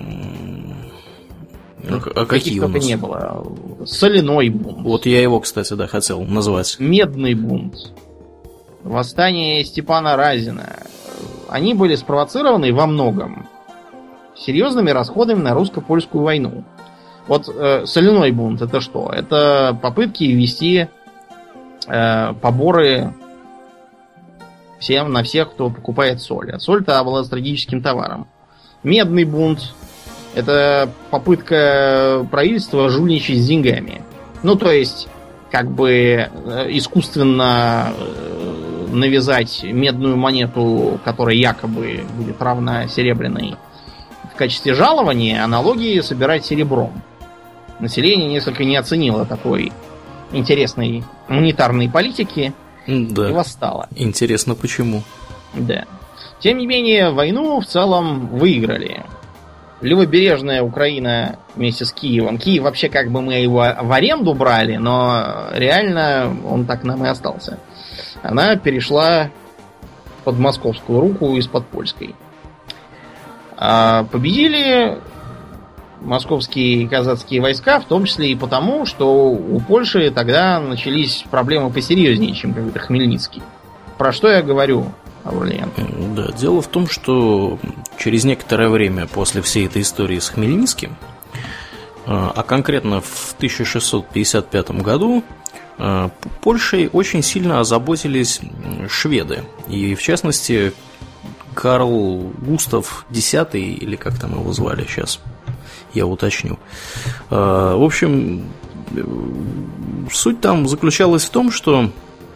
А, а какие у нас? Не было. Соляной бунт. Вот я его, кстати, да, хотел назвать. Медный бунт. Восстание Степана Разина. Они были спровоцированы во многом серьезными расходами на русско-польскую войну. Вот э, соляной бунт это что? Это попытки ввести э, поборы всем на всех, кто покупает соль. А соль-то была стратегическим товаром. Медный бунт это попытка правительства жульничать с деньгами. Ну, то есть, как бы э, искусственно э, навязать медную монету, которая якобы будет равна серебряной, в качестве жалования, а налоги собирать серебром. Население несколько не оценило такой интересной монетарной политики, да. И восстало. Интересно, почему? Да. Тем не менее, войну в целом выиграли. Левобережная Украина вместе с Киевом. Киев вообще как бы мы его в аренду брали, но реально он так нам и остался. Она перешла под московскую руку из-под польской. А победили московские и казацкие войска, в том числе и потому, что у Польши тогда начались проблемы посерьезнее, чем какой-то Хмельницкий. Про что я говорю, Аурлиен? Да, дело в том, что через некоторое время после всей этой истории с Хмельницким, а конкретно в тысяча шестьсот пятьдесят пятом году, Польшей очень сильно озаботились шведы. И в частности Карл Густав Десятый, или как там его звали, сейчас я уточню. В общем, суть там заключалась в том, что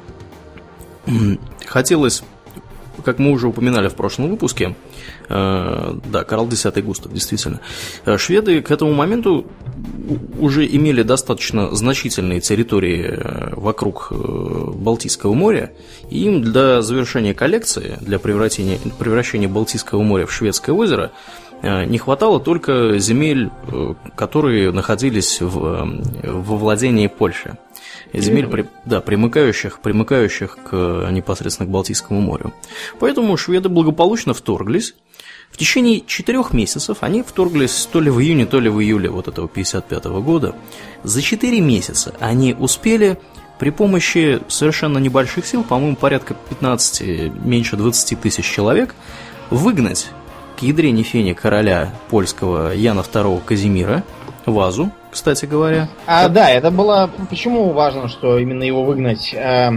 хотелось, как мы уже упоминали в прошлом выпуске, да, Карл Десятый Густав, действительно, шведы к этому моменту уже имели достаточно значительные территории вокруг Балтийского моря, и им для завершения коллекции, для превращения, превращения Балтийского моря в Шведское озеро, не хватало только земель, которые находились в, во владении Польши. Земель, при, да, примыкающих, примыкающих к, непосредственно к Балтийскому морю. Поэтому шведы благополучно вторглись. В течение четырех месяцев они вторглись то ли в июне, то ли в июле вот этого пятьдесят пятого года. За четыре месяца они успели при помощи совершенно небольших сил, по-моему, порядка пятнадцати, меньше двадцати тысяч человек, выгнать к ядрене фени короля польского Яна второго Казимира, Вазу, кстати говоря. А, да, это было... Почему важно, что именно его выгнать? Э,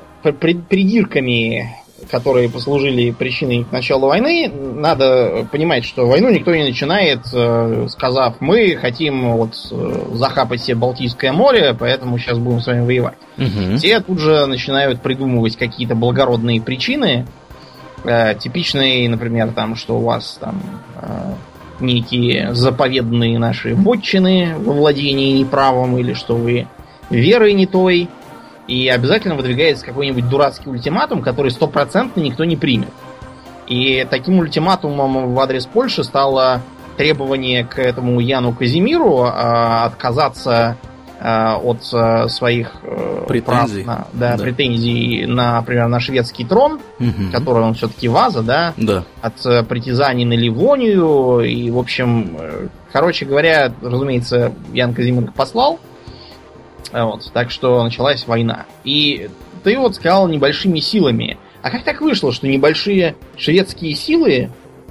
придирками, которые послужили причиной к началу войны, надо понимать, что войну никто не начинает, э, сказав, мы хотим вот захапать себе Балтийское море, поэтому сейчас будем с вами воевать. Угу. Те тут же начинают придумывать какие-то благородные причины, э, типичные, например, там, что у вас там... Э, некие заповедные наши вотчины во владении неправом, или что вы верой не той, и обязательно выдвигается какой-нибудь дурацкий ультиматум, который стопроцентно никто не примет. И таким ультиматумом в адрес Польши стало требование к этому Яну Казимиру э, отказаться э, от э, своих э, претензий. Прав на, да, да. претензий, на, например, на шведский трон, угу. который он все-таки Ваза, да, да. от э, притязаний на Ливонию. И, в общем, э, короче говоря, разумеется, Ян Казимир послал. Вот, так что началась война. И ты вот сказал небольшими силами. А как так вышло, что небольшие шведские силы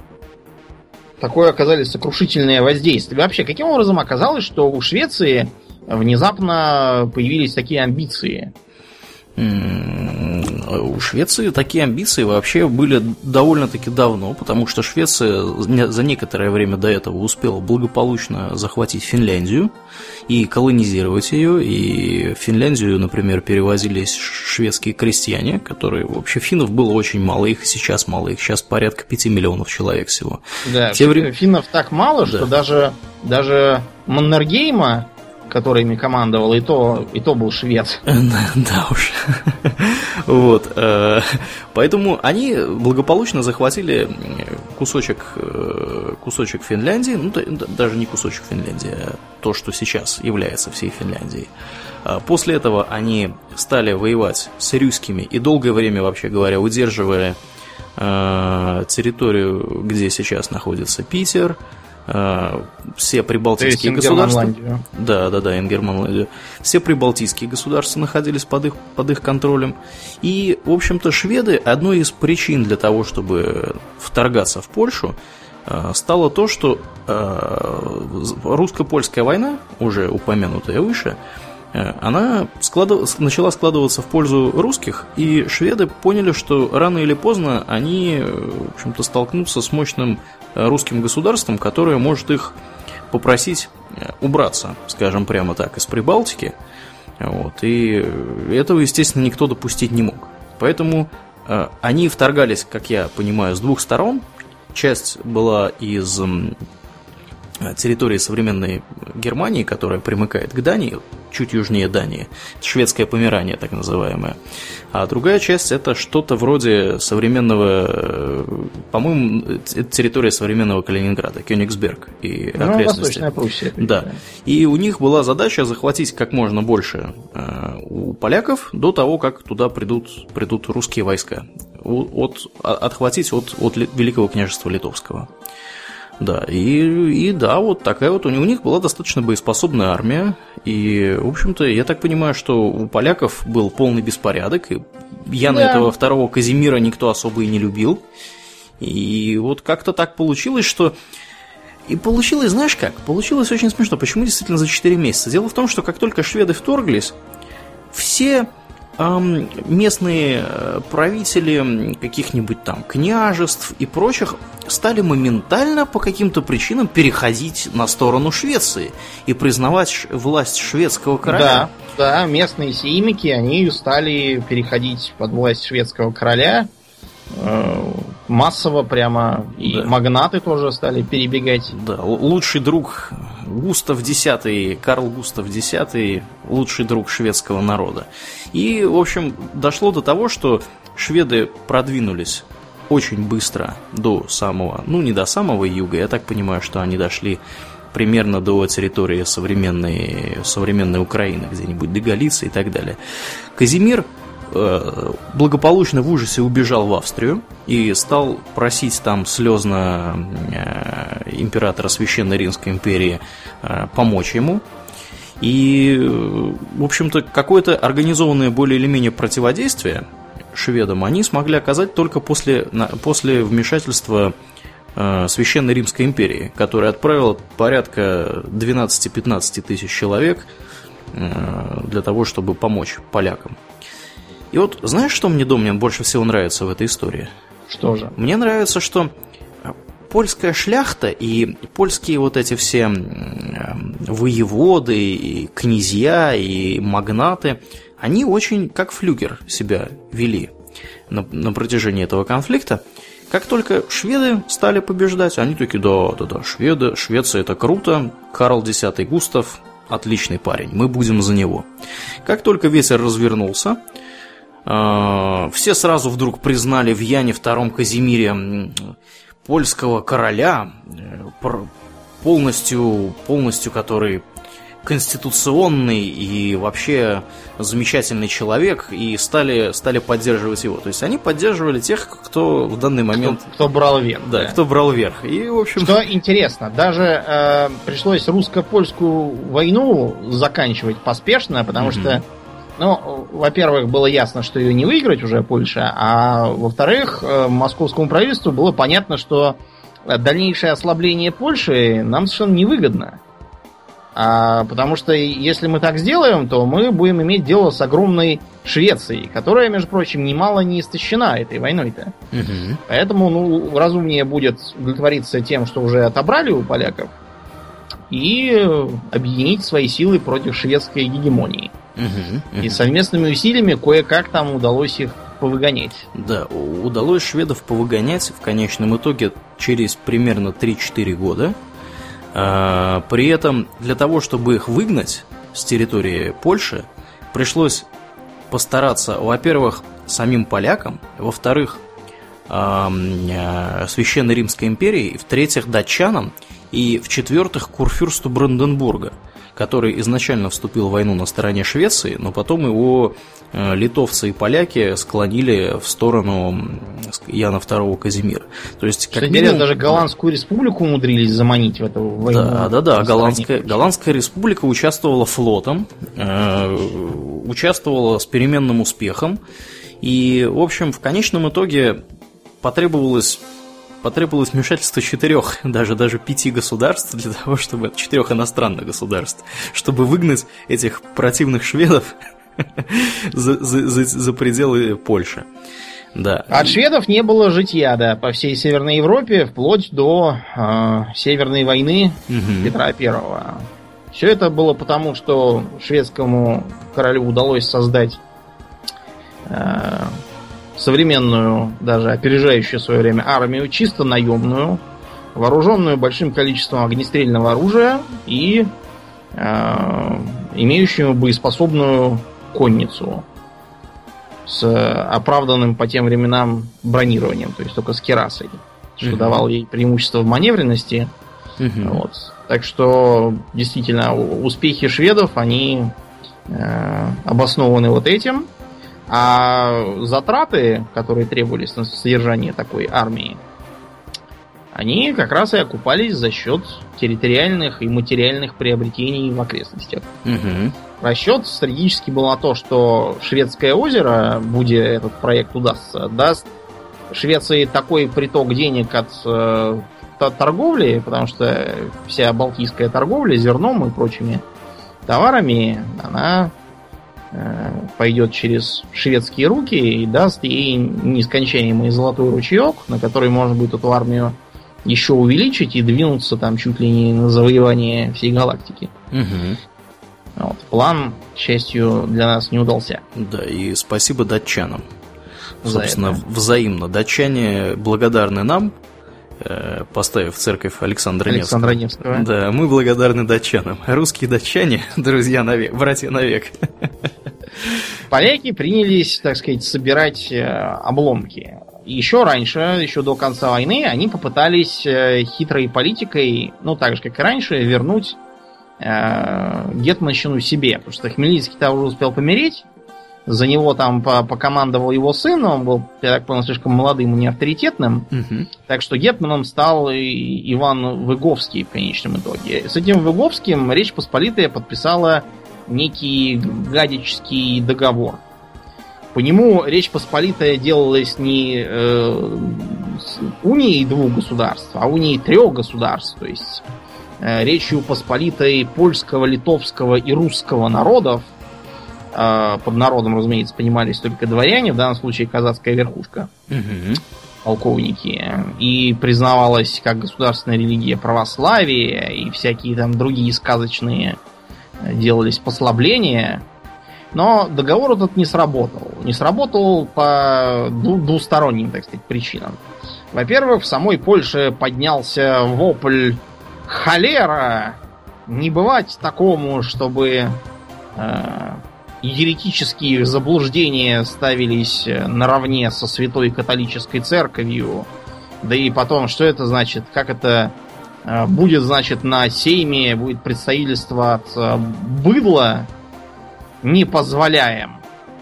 такое оказали сокрушительное воздействие? Вообще, каким образом оказалось, что у Швеции внезапно появились такие амбиции? у Швеции такие амбиции вообще были довольно-таки давно, потому что Швеция за некоторое время до этого успела благополучно захватить Финляндию и колонизировать ее. И в Финляндию, например, перевозились шведские крестьяне, которые... Вообще финнов было очень мало, их и сейчас мало, их сейчас порядка пяти миллионов человек всего. Да, Те... финнов так мало, да. что даже, даже Маннергейма, который ими командовал, и то, и то был швед. Да уж. Вот. Поэтому они благополучно захватили кусочек, кусочек Финляндии, ну, даже не кусочек Финляндии, а то, что сейчас является всей Финляндией. После этого они стали воевать с русскими и долгое время, вообще говоря, удерживали территорию, где сейчас находится Питер, все прибалтийские государства. Да, да, да, Ингерманландию. Все прибалтийские государства находились под их, под их контролем. И, в общем-то, шведы, одной из причин для того, чтобы вторгаться в Польшу, стало то, что русско-польская война, уже упомянутая выше, она складыв... начала складываться в пользу русских, и шведы поняли, что рано или поздно они, в общем-то, столкнутся с мощным русским государством, которое может их попросить убраться, скажем прямо так, из Прибалтики. Вот. И этого, естественно, никто допустить не мог. Поэтому э, они вторгались, как я понимаю, с двух сторон. Часть была из территории современной Германии, которая примыкает к Дании, чуть южнее Дании, шведская Померания, так называемая. А другая часть — это что-то вроде современного, по-моему, это территория современного Калининграда, Кёнигсберг и ну, окрестности. Восточная Пруссия. Да. И у них была задача захватить как можно больше э, у поляков до того, как туда придут, придут русские войска. От, отхватить от, от Великого княжества Литовского. Да, и, и да, вот такая вот у них, у них была достаточно боеспособная армия. И, в общем-то, я так понимаю, что у поляков был полный беспорядок. И Яна да. этого второго Казимира никто особо и не любил. И вот как-то так получилось, что... И получилось, знаешь как? Получилось очень смешно. Почему действительно за четыре месяца? Дело в том, что как только шведы вторглись, все... местные правители каких-нибудь там княжеств и прочих стали моментально по каким-то причинам переходить на сторону Швеции и признавать власть шведского короля. Да, да, местные сеймики, они стали переходить под власть шведского короля э, массово прямо, и да. магнаты тоже стали перебегать. Да, лучший друг Густав X, Карл Густав X, лучший друг шведского народа. И, в общем, дошло до того, что шведы продвинулись очень быстро до самого, ну не до самого юга, я так понимаю, что они дошли примерно до территории современной, современной Украины, где-нибудь до Галиции и так далее. Казимир э, благополучно в ужасе убежал в Австрию и стал просить там слезно э, императора Священной Римской империи э, помочь ему. И, в общем-то, какое-то организованное более или менее противодействие шведам они смогли оказать только после, после вмешательства э, Священной Римской империи, которая отправила порядка двенадцать-пятнадцать тысяч человек э, для того, чтобы помочь полякам. И вот знаешь, что мне, Дом, мне больше всего нравится в этой истории? Что же? Мне нравится, что польская шляхта и польские вот эти все воеводы, и князья, и магнаты, они очень как флюгер себя вели на, на протяжении этого конфликта. Как только шведы стали побеждать, они такие: да, да, да, шведы, Швеция это круто, Карл X Густав отличный парень, мы будем за него. Как только ветер развернулся, э, все сразу вдруг признали в Яне втором Казимире польского короля, полностью, полностью который конституционный и вообще замечательный человек, и стали, стали поддерживать его. То есть они поддерживали тех, кто в данный момент... Кто, кто брал верх. Да, да, кто брал верх. И, в общем... Что интересно, даже э, пришлось русско-польскую войну заканчивать поспешно, потому mm-hmm. что, ну, во-первых, было ясно, что ее не выиграть уже Польша, а во-вторых, э, московскому правительству было понятно, что дальнейшее ослабление Польши нам совершенно невыгодно. А, потому что если мы так сделаем, то мы будем иметь дело с огромной Швеции, которая, между прочим, немало не истощена этой войной-то. Угу. Поэтому, ну, разумнее будет удовлетвориться тем, что уже отобрали у поляков, и объединить свои силы против шведской гегемонии. Угу, угу. И совместными усилиями кое-как там удалось их повыгонять. Да, удалось шведов повыгонять в конечном итоге через примерно три-четыре года. А, при этом для того, чтобы их выгнать с территории Польши, пришлось постараться, во-первых, самим полякам, во-вторых, Священной Римской империи, и в-третьих, датчанам, и в-четвертых, курфюрсту Бранденбурга, который изначально вступил в войну на стороне Швеции, но потом его литовцы и поляки склонили в сторону Яна второго Казимира. То есть, как минимум, даже Голландскую республику умудрились заманить в эту войну. Да, да, да. Голландская, Голландская республика участвовала флотом, э, участвовала с переменным успехом. И, в общем, в конечном итоге потребовалось Потребовалось вмешательство четырех, даже, даже пяти государств для того, чтобы четырех иностранных государств, чтобы выгнать этих противных шведов за, за, за, за пределы Польши. Да. От шведов не было житья, да, по всей Северной Европе, вплоть до э, Северной войны угу. Петра Первого. Все это было потому, что шведскому королю удалось создать э, современную, даже опережающую свое время армию, чисто наемную, вооруженную большим количеством огнестрельного оружия и э, имеющую боеспособную конницу с оправданным по тем временам бронированием, то есть только с кирасой, что uh-huh. давало ей преимущество в маневренности. Uh-huh. Вот. Так что действительно успехи шведов, они э, обоснованы вот этим. А затраты, которые требовались на содержание такой армии, они как раз и окупались за счет территориальных и материальных приобретений в окрестностях. Угу. Расчет стратегически был на то, что Шведское озеро, будь этот проект удастся, даст Швеции такой приток денег от э, торговли, потому что вся балтийская торговля зерном и прочими товарами, она пойдет через шведские руки и даст ей нескончаемый золотой ручеек, на который можно будет эту армию еще увеличить и двинуться там чуть ли не на завоевание всей галактики. Угу. Вот. План, к счастью, для нас не удался. Да, и спасибо датчанам. Собственно, взаимно. Датчане благодарны нам, поставив церковь Александра, Александра Невского. Невского. Да, мы благодарны датчанам. Русские датчане, друзья навек, братья навек. Поляки принялись, так сказать, собирать обломки. Еще раньше, еще до конца войны, они попытались хитрой политикой, ну так же, как и раньше, вернуть э, гетманщину себе. Потому что Хмельницкий-то уже успел помереть. За него там покомандовал его сын, но он был, я так понял, слишком молодым и неавторитетным. Угу. Так что гетманом стал Иван Выговский в конечном итоге. С этим Выговским Речь Посполитая подписала некий Гадичский договор. По нему Речь Посполитая делалась не э, унией двух государств, а унией трех государств. То есть э, Речью Посполитой польского, литовского и русского народов. Под народом, разумеется, понимались только дворяне, в данном случае казацкая верхушка, угу. полковники. И признавалась как государственная религия православие, и всякие там другие сказочные делались послабления. Но договор этот не сработал. Не сработал по двусторонним, так сказать, причинам. Во-первых, в самой Польше поднялся вопль «Холера! Не бывать такому, чтобы... Э, еретические заблуждения ставились наравне со святой католической церковью. Да и потом, что это значит? Как это будет, значит, на сейме будет представительство от быдла? Не позволяем.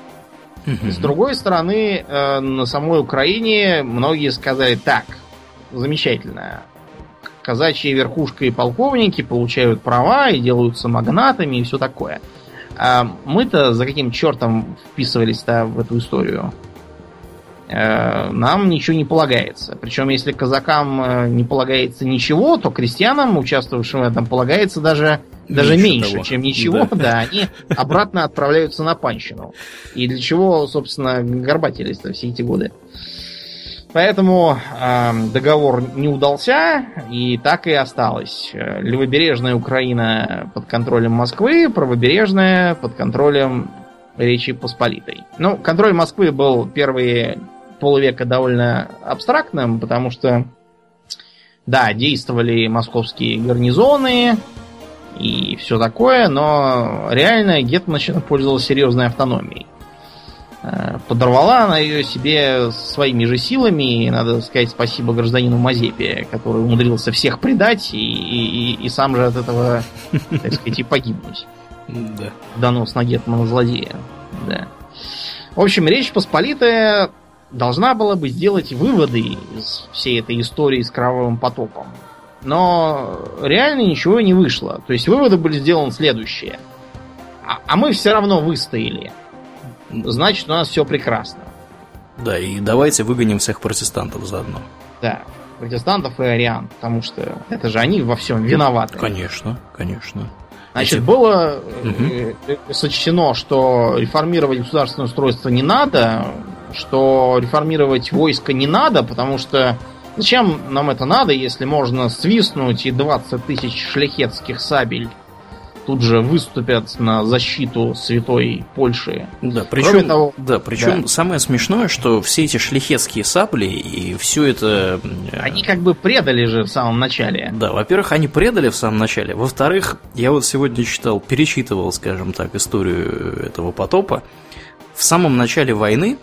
С другой стороны, на самой Украине многие сказали: так, замечательно. Казачья верхушка и полковники получают права и делаются магнатами и все такое. А мы-то за каким чертом вписывались-то в эту историю? Нам ничего не полагается. Причем, если казакам не полагается ничего, то крестьянам, участвовавшим в этом, полагается даже даже меньше, меньше чем ничего, да. да, они обратно отправляются на панщину. И для чего, собственно, горбатились-то все эти годы. Поэтому э, договор не удался, и так и осталось. Левобережная Украина под контролем Москвы, правобережная под контролем Речи Посполитой. Ну, контроль Москвы был первые полвека довольно абстрактным, потому что, да, действовали московские гарнизоны и все такое, но реально гетманщина пользовалась серьезной автономией. Подорвала она ее себе своими же силами, и надо сказать спасибо гражданину Мазепе, который умудрился всех предать и, и, и сам же от этого, так сказать, и погибнуть. Да. Донос на гетмана-злодея. Да. В общем, Речь Посполитая должна была бы сделать выводы из всей этой истории с кровавым потопом. Но реально ничего не вышло. То есть выводы были сделаны следующие. А, а мы все равно выстояли. Значит, у нас все прекрасно. Да, и давайте выгоним всех протестантов заодно. Да, протестантов и ариан, потому что это же они во всем виноваты. Конечно, конечно. Значит, Эти... было угу. сочтено, что реформировать государственное устройство не надо, что реформировать войско не надо, потому что зачем нам это надо, если можно свистнуть и двадцать тысяч шляхетских сабель тут же выступят на защиту святой Польши. Да, причем, того, да, причем да. самое смешное, что все эти шляхетские сабли и все это... Они как бы предали же в самом начале. Да, во-первых, они предали в самом начале. Во-вторых, я вот сегодня читал, перечитывал, скажем так, историю этого потопа. В самом начале войны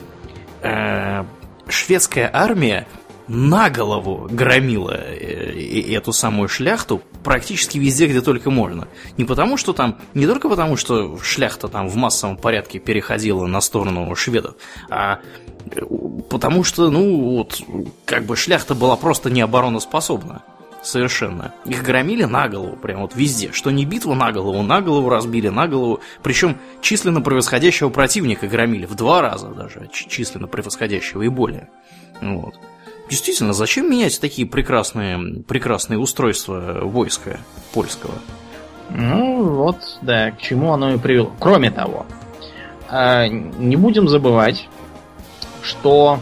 э, шведская армия на голову громила эту самую шляхту практически везде, где только можно. Не потому, что там, не только потому, что шляхта там в массовом порядке переходила на сторону шведов, а потому что, ну, вот, как бы шляхта была просто не обороноспособна. Совершенно. Их громили на голову, прям вот везде. Что не битву на голову, на голову разбили, на голову. Причем численно превосходящего противника громили в два раза даже, численно превосходящего и более. Вот. Действительно, зачем менять такие прекрасные, прекрасные устройства войска польского? Ну, вот, да, к чему оно и привело. Кроме того, не будем забывать, что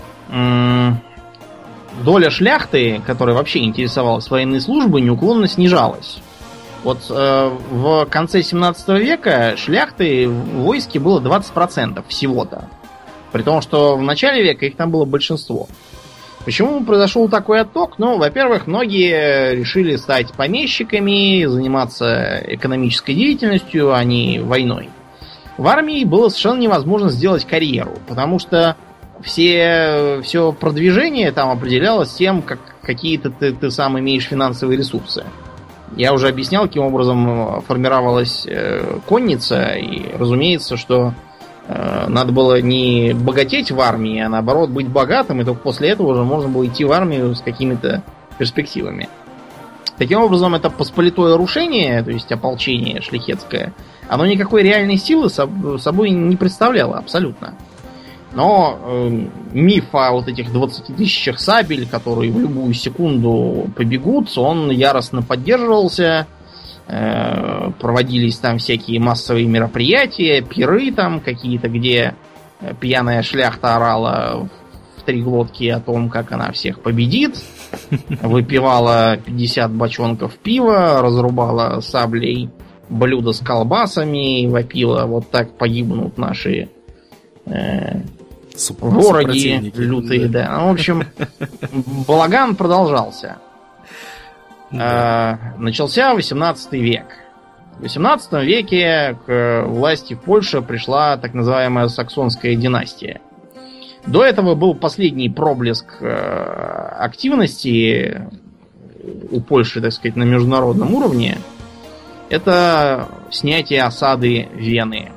доля шляхты, которая вообще интересовалась военной службой, неуклонно снижалась. Вот в конце семнадцатого века шляхты в войске было двадцать процентов всего-то. При том, что в начале века их там было большинство. Почему произошел такой отток? Ну, во-первых, многие решили стать помещиками, заниматься экономической деятельностью, а не войной. В армии было совершенно невозможно сделать карьеру, потому что все, все продвижение там определялось тем, как какие-то ты, ты сам имеешь финансовые ресурсы. Я уже объяснял, каким образом формировалась конница, и разумеется, что надо было не богатеть в армии, а наоборот быть богатым, и только после этого уже можно было идти в армию с какими-то перспективами. Таким образом, это посполитое рушение, то есть ополчение шляхетское, оно никакой реальной силы собой не представляло абсолютно. Но э, миф о вот этих двадцати тысячах сабель, которые в любую секунду побегут, он яростно поддерживался. Проводились там всякие массовые мероприятия, пиры там какие-то, где пьяная шляхта орала в три глотки о том, как она всех победит, выпивала пятьдесят бочонков пива, разрубала саблей блюдо с колбасами и вопила: вот так погибнут наши э, вороги лютые. Да. Да. Ну, в общем, балаган продолжался. Да. Начался восемнадцатый век. В восемнадцатом веке к власти в Польше пришла так называемая саксонская династия. До этого был последний проблеск активности у Польши, так сказать, на международном уровне. Это снятие осады Вены.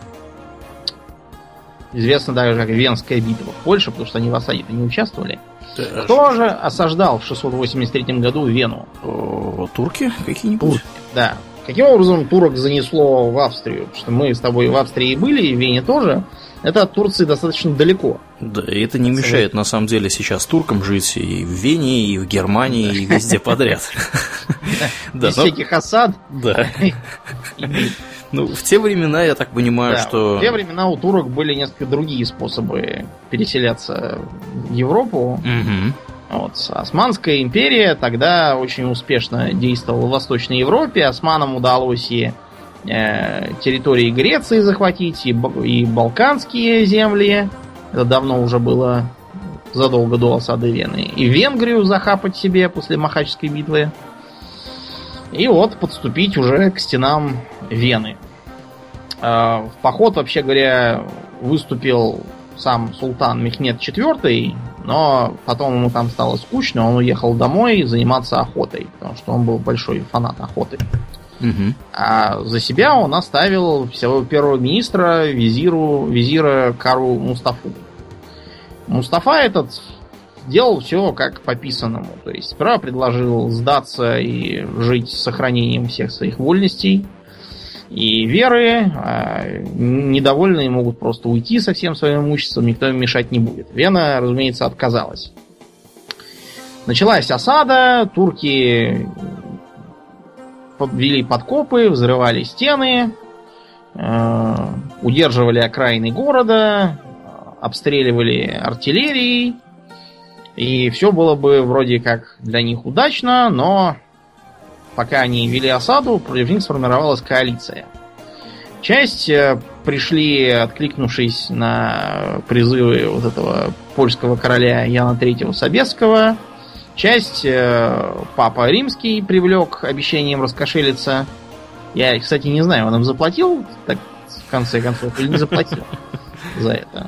Известно даже как Венская битва в Польше, потому что они в осаде-то не участвовали. Кто же осаждал в шестьсот восемьдесят третьем году Вену? О, турки какие-нибудь? Турки, да. Каким образом турок занесло в Австрию? Потому что мы с тобой в Австрии были, и в Вене тоже. это от Турции достаточно далеко. Да, и это не мешает, на самом деле, сейчас туркам жить и в Вене, и в Германии, и везде подряд. Без всяких осад. Да. Ну, в те времена, я так понимаю, что... В те времена у турок были несколько другие способы переселяться в Европу. Вот. Османская империя тогда очень успешно действовала в Восточной Европе. Османам удалось и э, территории Греции захватить, и, и Балканские земли. Это давно уже было, задолго до осады Вены. И Венгрию захапать себе после Махачской битвы. И вот подступить уже к стенам Вены. Э, в поход, вообще говоря, выступил сам султан Мехмед четвёртый, но потом ему там стало скучно, он уехал домой заниматься охотой, потому что он был большой фанат охоты. Угу. А за себя он оставил всего первого министра, визиру, визира Кару Мустафу. Мустафа этот делал все как по писанному. То есть сперва предложил сдаться и жить с сохранением всех своих вольностей и веры. А недовольные могут просто уйти со всем своим имуществом, никто им мешать не будет. Вена, разумеется, отказалась. Началась осада, турки ввели подкопы, взрывали стены, удерживали окраины города, обстреливали артиллерией. И все было бы вроде как для них удачно, но пока они вели осаду, против них сформировалась коалиция. Часть пришли, откликнувшись на призывы вот этого польского короля Яна третьего Собесского. Часть папа Римский привлек обещанием раскошелиться. Я, кстати, не знаю, он им заплатил, так, в конце концов, или не заплатил за это.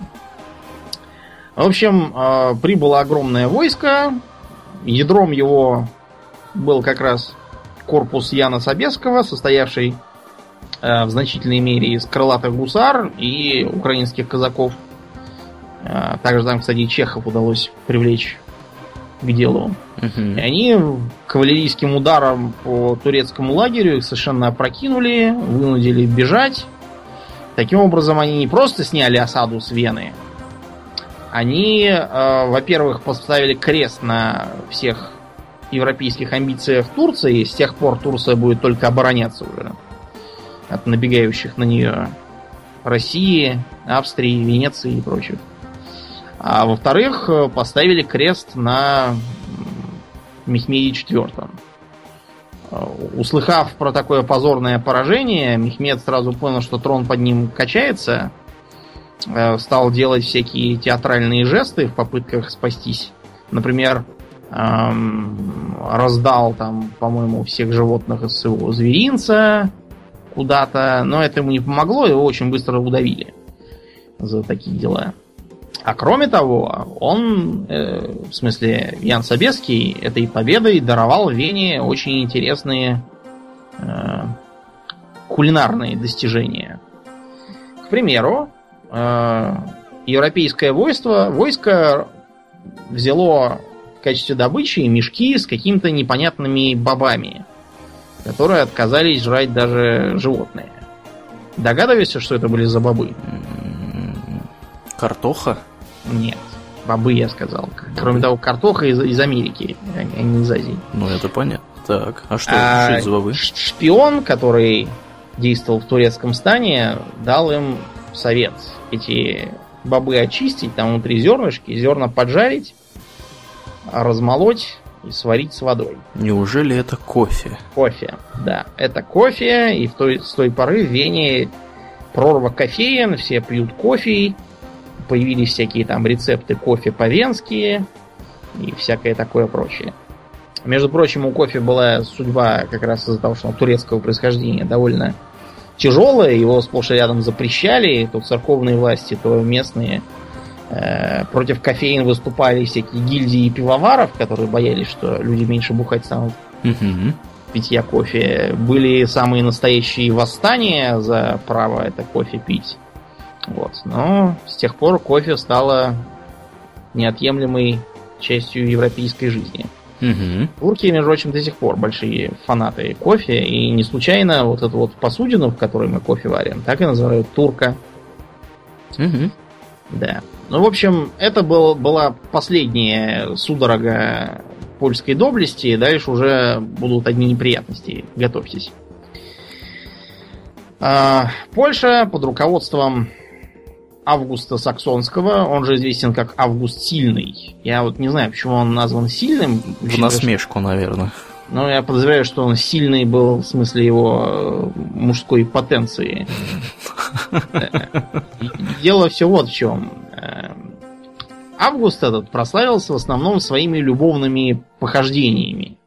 В общем, прибыло огромное войско. Ядром его был как раз корпус Яна Собесского, состоявший в значительной мере из крылатых гусар и украинских казаков. Также там, кстати, чехов удалось привлечь к делу. Uh-huh. И они кавалерийским ударом по турецкому лагерю их совершенно опрокинули, вынудили бежать. Таким образом, они не просто сняли осаду с Вены, они, э, во-первых, поставили крест на всех европейских амбициях Турции. С тех пор Турция будет только обороняться уже от набегающих на нее России, Австрии, Венеции и прочих. А во-вторых, поставили крест на Мехмеде четвёртом. Услыхав про такое позорное поражение, Мехмед сразу понял, что трон под ним качается, стал делать всякие театральные жесты в попытках спастись. Например, эм, раздал там, по-моему, всех животных из своего зверинца куда-то, но это ему не помогло, его очень быстро удавили за такие дела. А кроме того, он, э, в смысле, Ян Собесский, этой победой даровал Вене очень интересные э, кулинарные достижения. К примеру, э, европейское войско, войско взяло в качестве добычи мешки с какими-то непонятными бобами, которые отказались жрать даже животные. Догадываешься, что это были за бобы? Картоха? Нет. Бобы, я сказал. Бобы. Кроме того, картоха из, из Америки, а не из Азии. Ну, это понятно. Так, а что, а что это за бобы? Шпион, который действовал в турецком стане, дал им совет. Эти бобы очистить, там внутри зернышки, зерна поджарить, размолоть и сварить с водой. Неужели это кофе? Кофе, да. Это кофе, и в той, с той поры в Вене прорва кофеен, все пьют кофе, появились всякие там рецепты кофе по-венски и всякое такое прочее. Между прочим, у кофе была судьба как раз из-за того, что он турецкого происхождения довольно тяжелая, его сплошь и рядом запрещали, то церковные власти, то местные. Против кофеина выступали всякие гильдии пивоваров, которые боялись, что люди меньше бухать станут uh-huh. питья кофе. Были самые настоящие восстания за право это кофе пить. Вот. Но с тех пор кофе стало неотъемлемой частью европейской жизни. Uh-huh. Турки, между прочим, до сих пор большие фанаты кофе. И не случайно вот эту вот посудину, в которой мы кофе варим, так и называют турка. Uh-huh. Да. Ну, в общем, это был, была последняя судорога польской доблести. Дальше уже будут одни неприятности. Готовьтесь. А, Польша под руководством Августа Саксонского, он же известен как Август Сильный. Я вот не знаю, почему он назван Сильным. В насмешку, наверное. Но я подозреваю, что он сильный был в смысле его мужской потенции. Дело все вот в чем. Август этот прославился в основном своими любовными похождениями.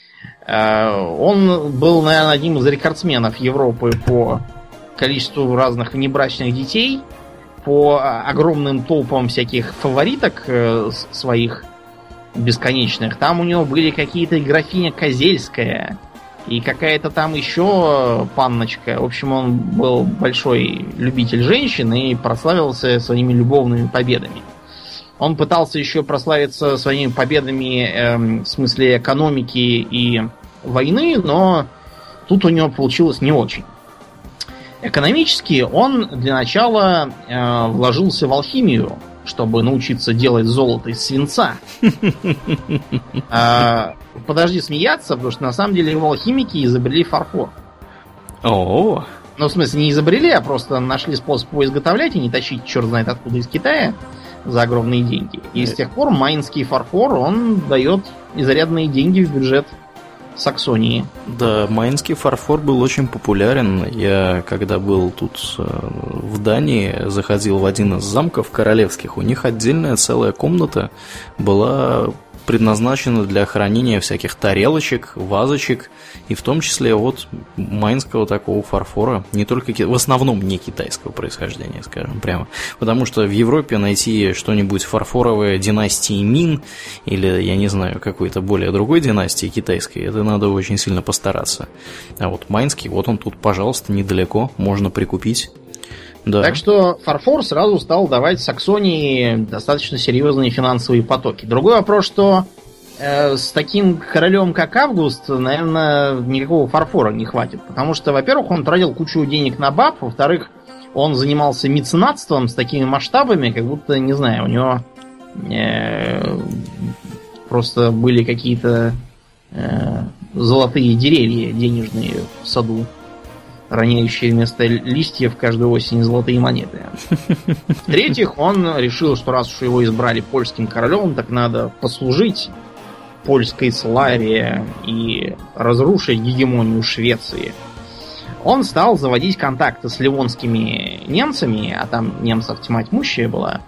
Он был, наверное, одним из рекордсменов Европы по количеству разных внебрачных детей, по огромным толпам всяких фавориток своих бесконечных. Там у него были какие-то графиня Козельская и какая-то там еще панночка. В общем, он был большой любитель женщин и прославился своими любовными победами. Он пытался еще прославиться своими победами э, в смысле экономики и войны, но тут у него получилось не очень. Экономически он для начала э, вложился в алхимию, чтобы научиться делать золото из свинца. А, подожди смеяться, потому что на самом деле его алхимики изобрели фарфор. О, ну, в смысле, не изобрели, а просто нашли способ его изготовлять и не тащить черт знает откуда из Китая за огромные деньги. И с тех пор майнский фарфор, он дает изрядные деньги в бюджет Саксонии. Да, майнский фарфор был очень популярен. Я, когда был тут в Дании, заходил в один из замков королевских. У них отдельная целая комната была предназначена для хранения всяких тарелочек, вазочек, и в том числе вот майнского такого фарфора, не только, в основном не китайского происхождения, скажем прямо, потому что в Европе найти что-нибудь фарфоровое династии Мин или, я не знаю, какой-то более другой династии китайской, это надо очень сильно постараться. А вот майнский, вот он тут, пожалуйста, недалеко, можно прикупить. Да. Так что фарфор сразу стал давать Саксонии достаточно серьезные финансовые потоки. Другой вопрос, что э, с таким королем, как Август, наверное, никакого фарфора не хватит. Потому что, во-первых, он тратил кучу денег на баб, во-вторых, он занимался меценатством с такими масштабами, как будто, не знаю, у него э, просто были какие-то э, золотые деревья денежные в саду, роняющие вместо листьев каждую осень золотые монеты. В-третьих, он решил, что раз уж его избрали польским королем, так надо послужить польской славе и разрушить гегемонию Швеции. Он стал заводить контакты с ливонскими немцами, а там немцев тьма тьмущая была,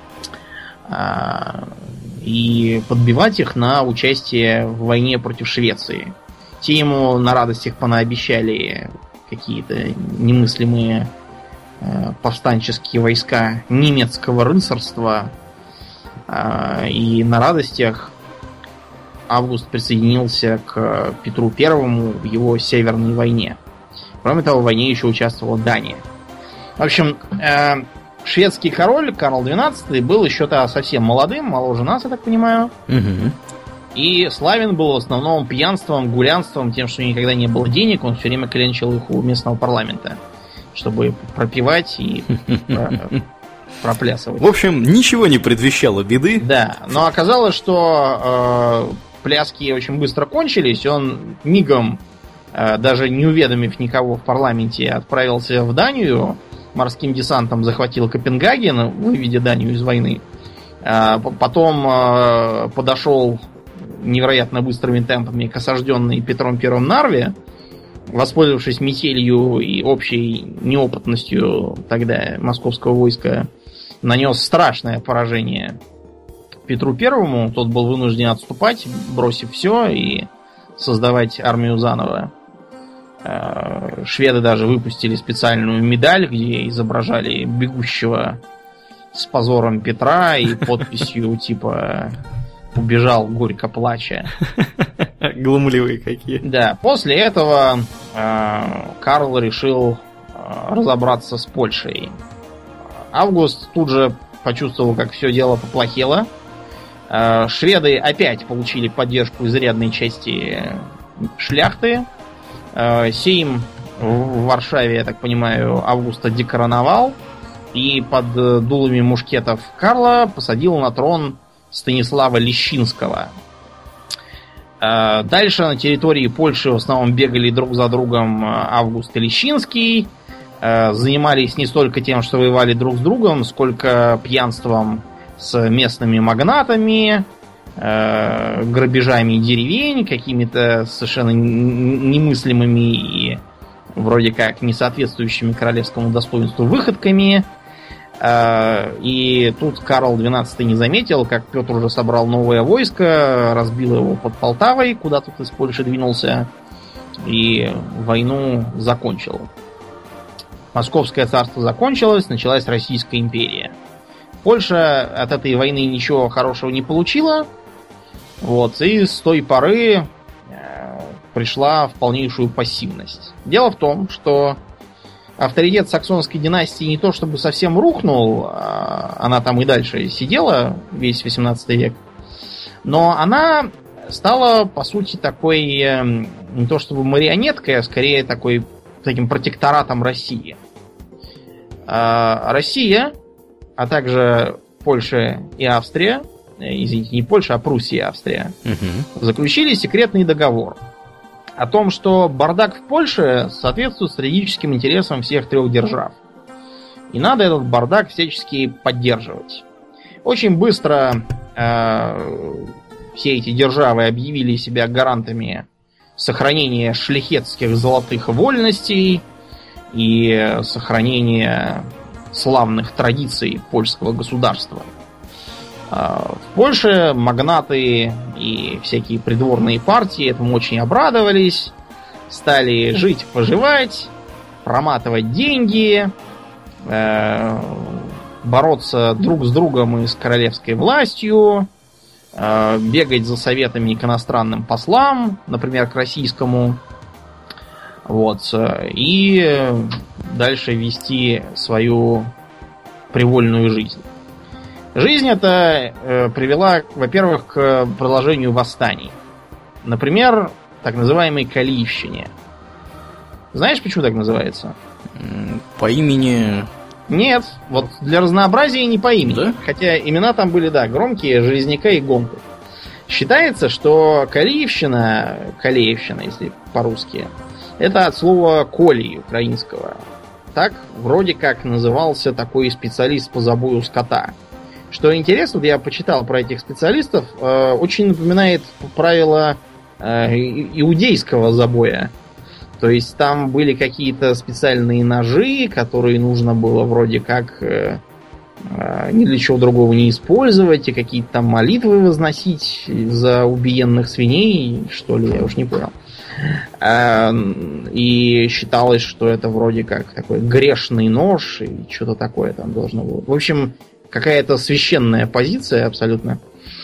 и подбивать их на участие в войне против Швеции. Те ему на радостях понаобещали какие-то немыслимые э, повстанческие войска немецкого рыцарства. Э, и на радостях Август присоединился к Петру Первому в его Северной войне. Кроме того, в войне еще участвовала Дания. В общем, э, шведский король Карл двенадцатый был еще-то совсем молодым, моложе нас, я так понимаю. Угу. И славен был в основном пьянством, гулянством, тем, что никогда не было денег, он все время клянчил их у местного парламента, чтобы пропивать и проплясывать. В общем, ничего не предвещало беды. Да, но оказалось, что э, пляски очень быстро кончились, он мигом, э, даже не уведомив никого в парламенте, отправился в Данию, морским десантом захватил Копенгаген, выведя Данию из войны. Э, потом э, подошел невероятно быстрыми темпами к осажденной Петром Первым Нарве, воспользовавшись метелью и общей неопытностью тогда московского войска, нанес страшное поражение Петру Первому. Тот был вынужден отступать, бросив все и создавать армию заново. Шведы даже выпустили специальную медаль, где изображали бегущего с позором Петра и подписью типа «Убежал горько плача». Глумливые какие. Да, после этого э, Карл решил э, разобраться с Польшей. Август тут же почувствовал, как все дело поплохело. Э, шведы опять получили поддержку изрядной части шляхты. Э, Сейм в Варшаве, я так понимаю, Августа декороновал. и под дулами мушкетов Карла посадил на трон Станислава Лещинского. Дальше на территории Польши в основном бегали друг за другом Август и Лещинский. Занимались не столько тем, что воевали друг с другом, сколько пьянством с местными магнатами, грабежами деревень, какими-то совершенно немыслимыми и вроде как не соответствующими королевскому достоинству выходками. И тут Карл двенадцатый не заметил, как Петр уже собрал новое войско, разбил его под Полтавой, куда тут из Польши двинулся, и войну закончил. Московское царство закончилось, началась Российская империя. Польша от этой войны ничего хорошего не получила, вот, и с той поры пришла в полнейшую пассивность. Дело в том, что авторитет саксонской династии не то чтобы совсем рухнул, она там и дальше сидела весь восемнадцатый век, но она стала, по сути, такой не то чтобы марионеткой, а скорее такой, таким протекторатом России. Россия, а также Польша и Австрия, извините, не Польша, а Пруссия и Австрия, угу. заключили секретный договор о том, что бардак в Польше соответствует стратегическим интересам всех трех держав. И надо этот бардак всячески поддерживать. Очень быстро э, все эти державы объявили себя гарантами сохранения шляхетских золотых вольностей и сохранения славных традиций польского государства. В Польше магнаты и всякие придворные партии этому очень обрадовались, стали жить-поживать, проматывать деньги, э, бороться друг с другом и с королевской властью, э, бегать за советами к иностранным послам, например, к российскому, вот, и дальше вести свою привольную жизнь. Жизнь эта э, привела, во-первых, к продолжению восстаний. Например, так называемой Калиевщине. Знаешь, почему так называется? По имени... Нет, вот для разнообразия не по имени. Да? Хотя имена там были, да, громкие, Железняка и Гонков. Считается, что Калиевщина, Калеевщина, если по-русски, это от слова «колий» украинского. Так вроде как назывался такой специалист по забою скота. Что интересно, вот я почитал про этих специалистов, э, очень напоминает правила э, иудейского забоя. То есть там были какие-то специальные ножи, которые нужно было вроде как э, э, ни для чего другого не использовать, и какие-то там молитвы возносить за убиенных свиней, что ли, я уж не понял. Э, и считалось, что это вроде как такой грешный нож, и что-то такое там должно было. В общем, какая-то священная позиция абсолютно.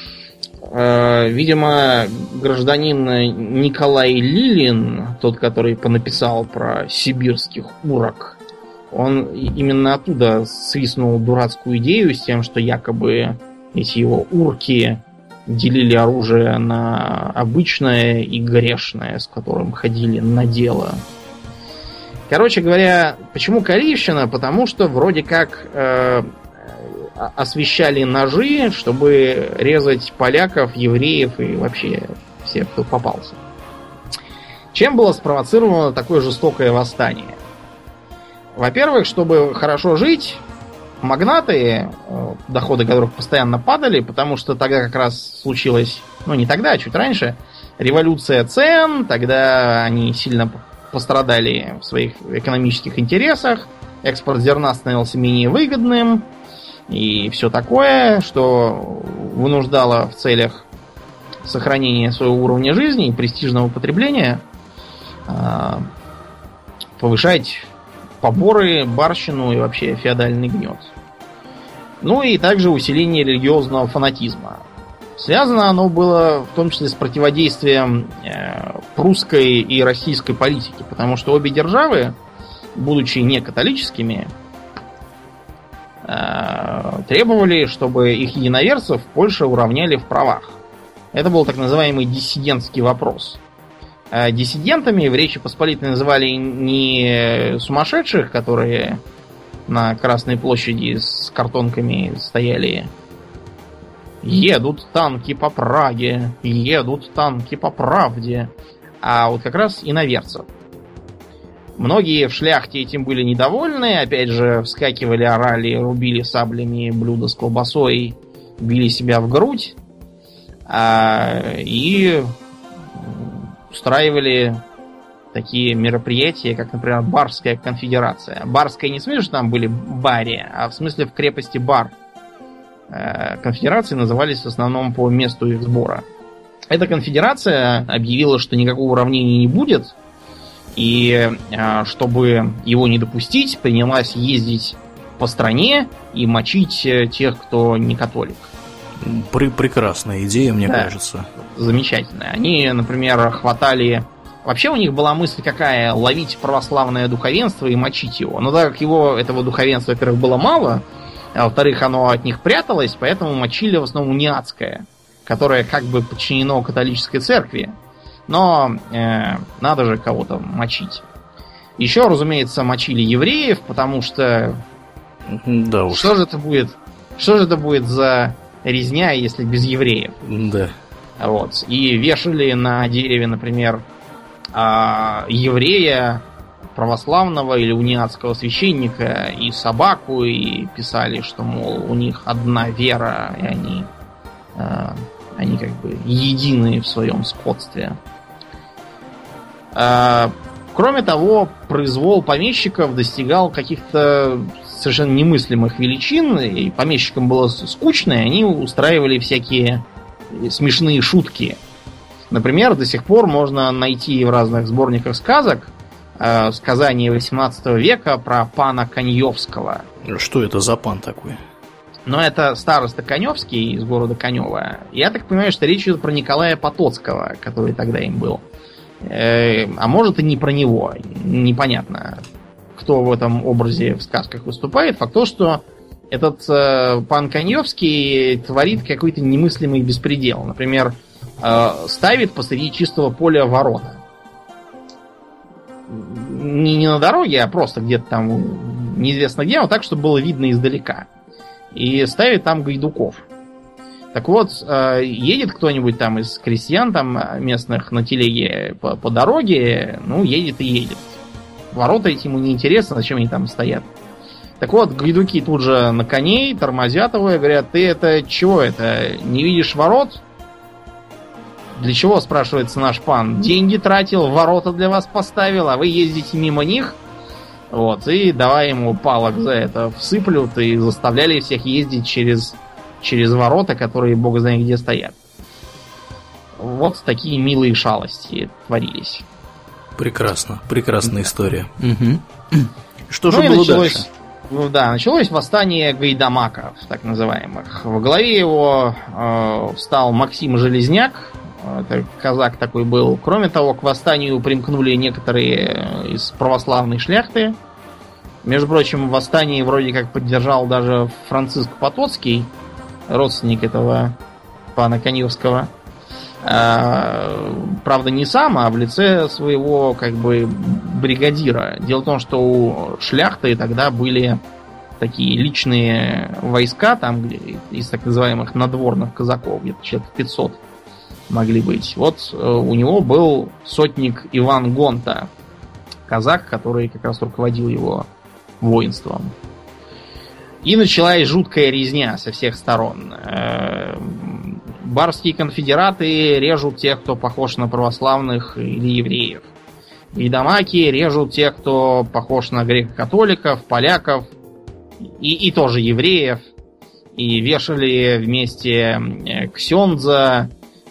Видимо, гражданин Николай Лилин, тот, который понаписал про сибирских урок, он именно оттуда свистнул дурацкую идею с тем, что якобы эти его урки делили оружие на обычное и грешное, с которым ходили на дело. Короче говоря, почему Калиевщина? Потому что вроде как э, освещали ножи, чтобы резать поляков, евреев и вообще всех, кто попался. Чем было спровоцировано такое жестокое восстание? Во-первых, чтобы хорошо жить, магнаты, доходы которых постоянно падали, потому что тогда как раз случилась, ну не тогда, а чуть раньше, революция цен, тогда они сильно пострадали в своих экономических интересах, экспорт зерна становился менее выгодным, и все такое, что вынуждало в целях сохранения своего уровня жизни и престижного потребления повышать поборы, барщину и вообще феодальный гнет. Ну и также усиление религиозного фанатизма. Связано оно было в том числе с противодействием прусской и российской политики, потому что обе державы, будучи не католическими, требовали, чтобы их единоверцев Польша уравняли в правах. Это был так называемый диссидентский вопрос. Диссидентами в Речи Посполитой называли не сумасшедших, которые на Красной площади с картонками стояли: «Едут танки по Праге, едут танки по правде». А вот как раз иноверцев. Многие в шляхте этим были недовольны, опять же, вскакивали, орали, рубили саблями блюда с колбасой, били себя в грудь а, и устраивали такие мероприятия, как, например, Барская конфедерация. Барская не в смысле, что там были бари, а в смысле в крепости Бар. Конфедерации назывались в основном по месту их сбора. Эта конфедерация объявила, что никакого уравнения не будет, и чтобы его не допустить, принялась ездить по стране и мочить тех, кто не католик. При- прекрасная идея, мне да, кажется. Замечательная. Они, например, хватали... Вообще у них была мысль какая? Ловить православное духовенство и мочить его. Но так как его, этого духовенства, во-первых, было мало, а во-вторых, оно от них пряталось, поэтому мочили в основном униатское, которое как бы подчинено католической церкви. Но э, надо же кого-то мочить. Еще, разумеется, мочили евреев, потому что... Да уж. Что же это будет? Что же это будет за резня, если без евреев? Да. Вот. И вешали на дереве, например, еврея, православного или униатского священника, и собаку, и писали, что, мол, у них одна вера, и они, э, они как бы едины в своем скотстве. Э, кроме того, произвол помещиков достигал каких-то совершенно немыслимых величин, и помещикам было скучно, и они устраивали всякие смешные шутки. Например, до сих пор можно найти в разных сборниках сказок э, сказания восемнадцатого века про пана Коньевского. Что это за пан такой? Ну, это староста Коневский из города Конева. Я так понимаю, что речь идет про Николая Потоцкого, который тогда им был. Э, а может и не про него. Непонятно, кто в этом образе в сказках выступает. Факт то, что этот э, пан Коньевский творит какой-то немыслимый беспредел. Например, ставит посреди чистого поля ворота. Не, не на дороге, а просто где-то там неизвестно где, но так, чтобы было видно издалека. И ставит там гайдуков. Так вот, едет кто-нибудь там из крестьян там местных на телеге по, по дороге, ну, едет и едет. Ворота эти ему не интересно, зачем они там стоят. Так вот, гайдуки тут же на коней тормозят его и говорят: ты это чего это, не видишь ворот? Для чего, спрашивается наш пан? Деньги тратил, ворота для вас поставил, а вы ездите мимо них? Вот, и давай ему палок за это всыплют, и заставляли всех ездить через, через ворота, которые бог знает где стоят. Вот такие милые шалости творились. Прекрасно, прекрасная история. Угу. Что же ну было началось, дальше? Ну да, началось восстание гайдамаков, так называемых. Во главе его э, встал Максим Железняк. Это казак такой был. Кроме того, к восстанию примкнули некоторые из православной шляхты. Между прочим, восстание вроде как поддержал даже Франциск Потоцкий, родственник этого пана Коньевского. А, правда, не сам, а в лице своего как бы бригадира. Дело в том, что у шляхты тогда были такие личные войска, там где из так называемых надворных казаков, где-то человек пятьсот могли быть. Вот у него был сотник Иван Гонта, казак, который как раз руководил его воинством. И началась жуткая резня со всех сторон. Барские конфедераты режут тех, кто похож на православных или евреев. Гайдамаки режут тех, кто похож на греко-католиков, поляков и, и тоже евреев. И вешали вместе ксёндза,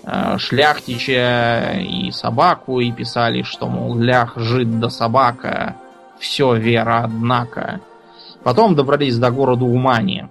шляхтича и собаку, и писали, что, мол, лях, жид да собака, все вера, однако. Потом добрались до города Умани.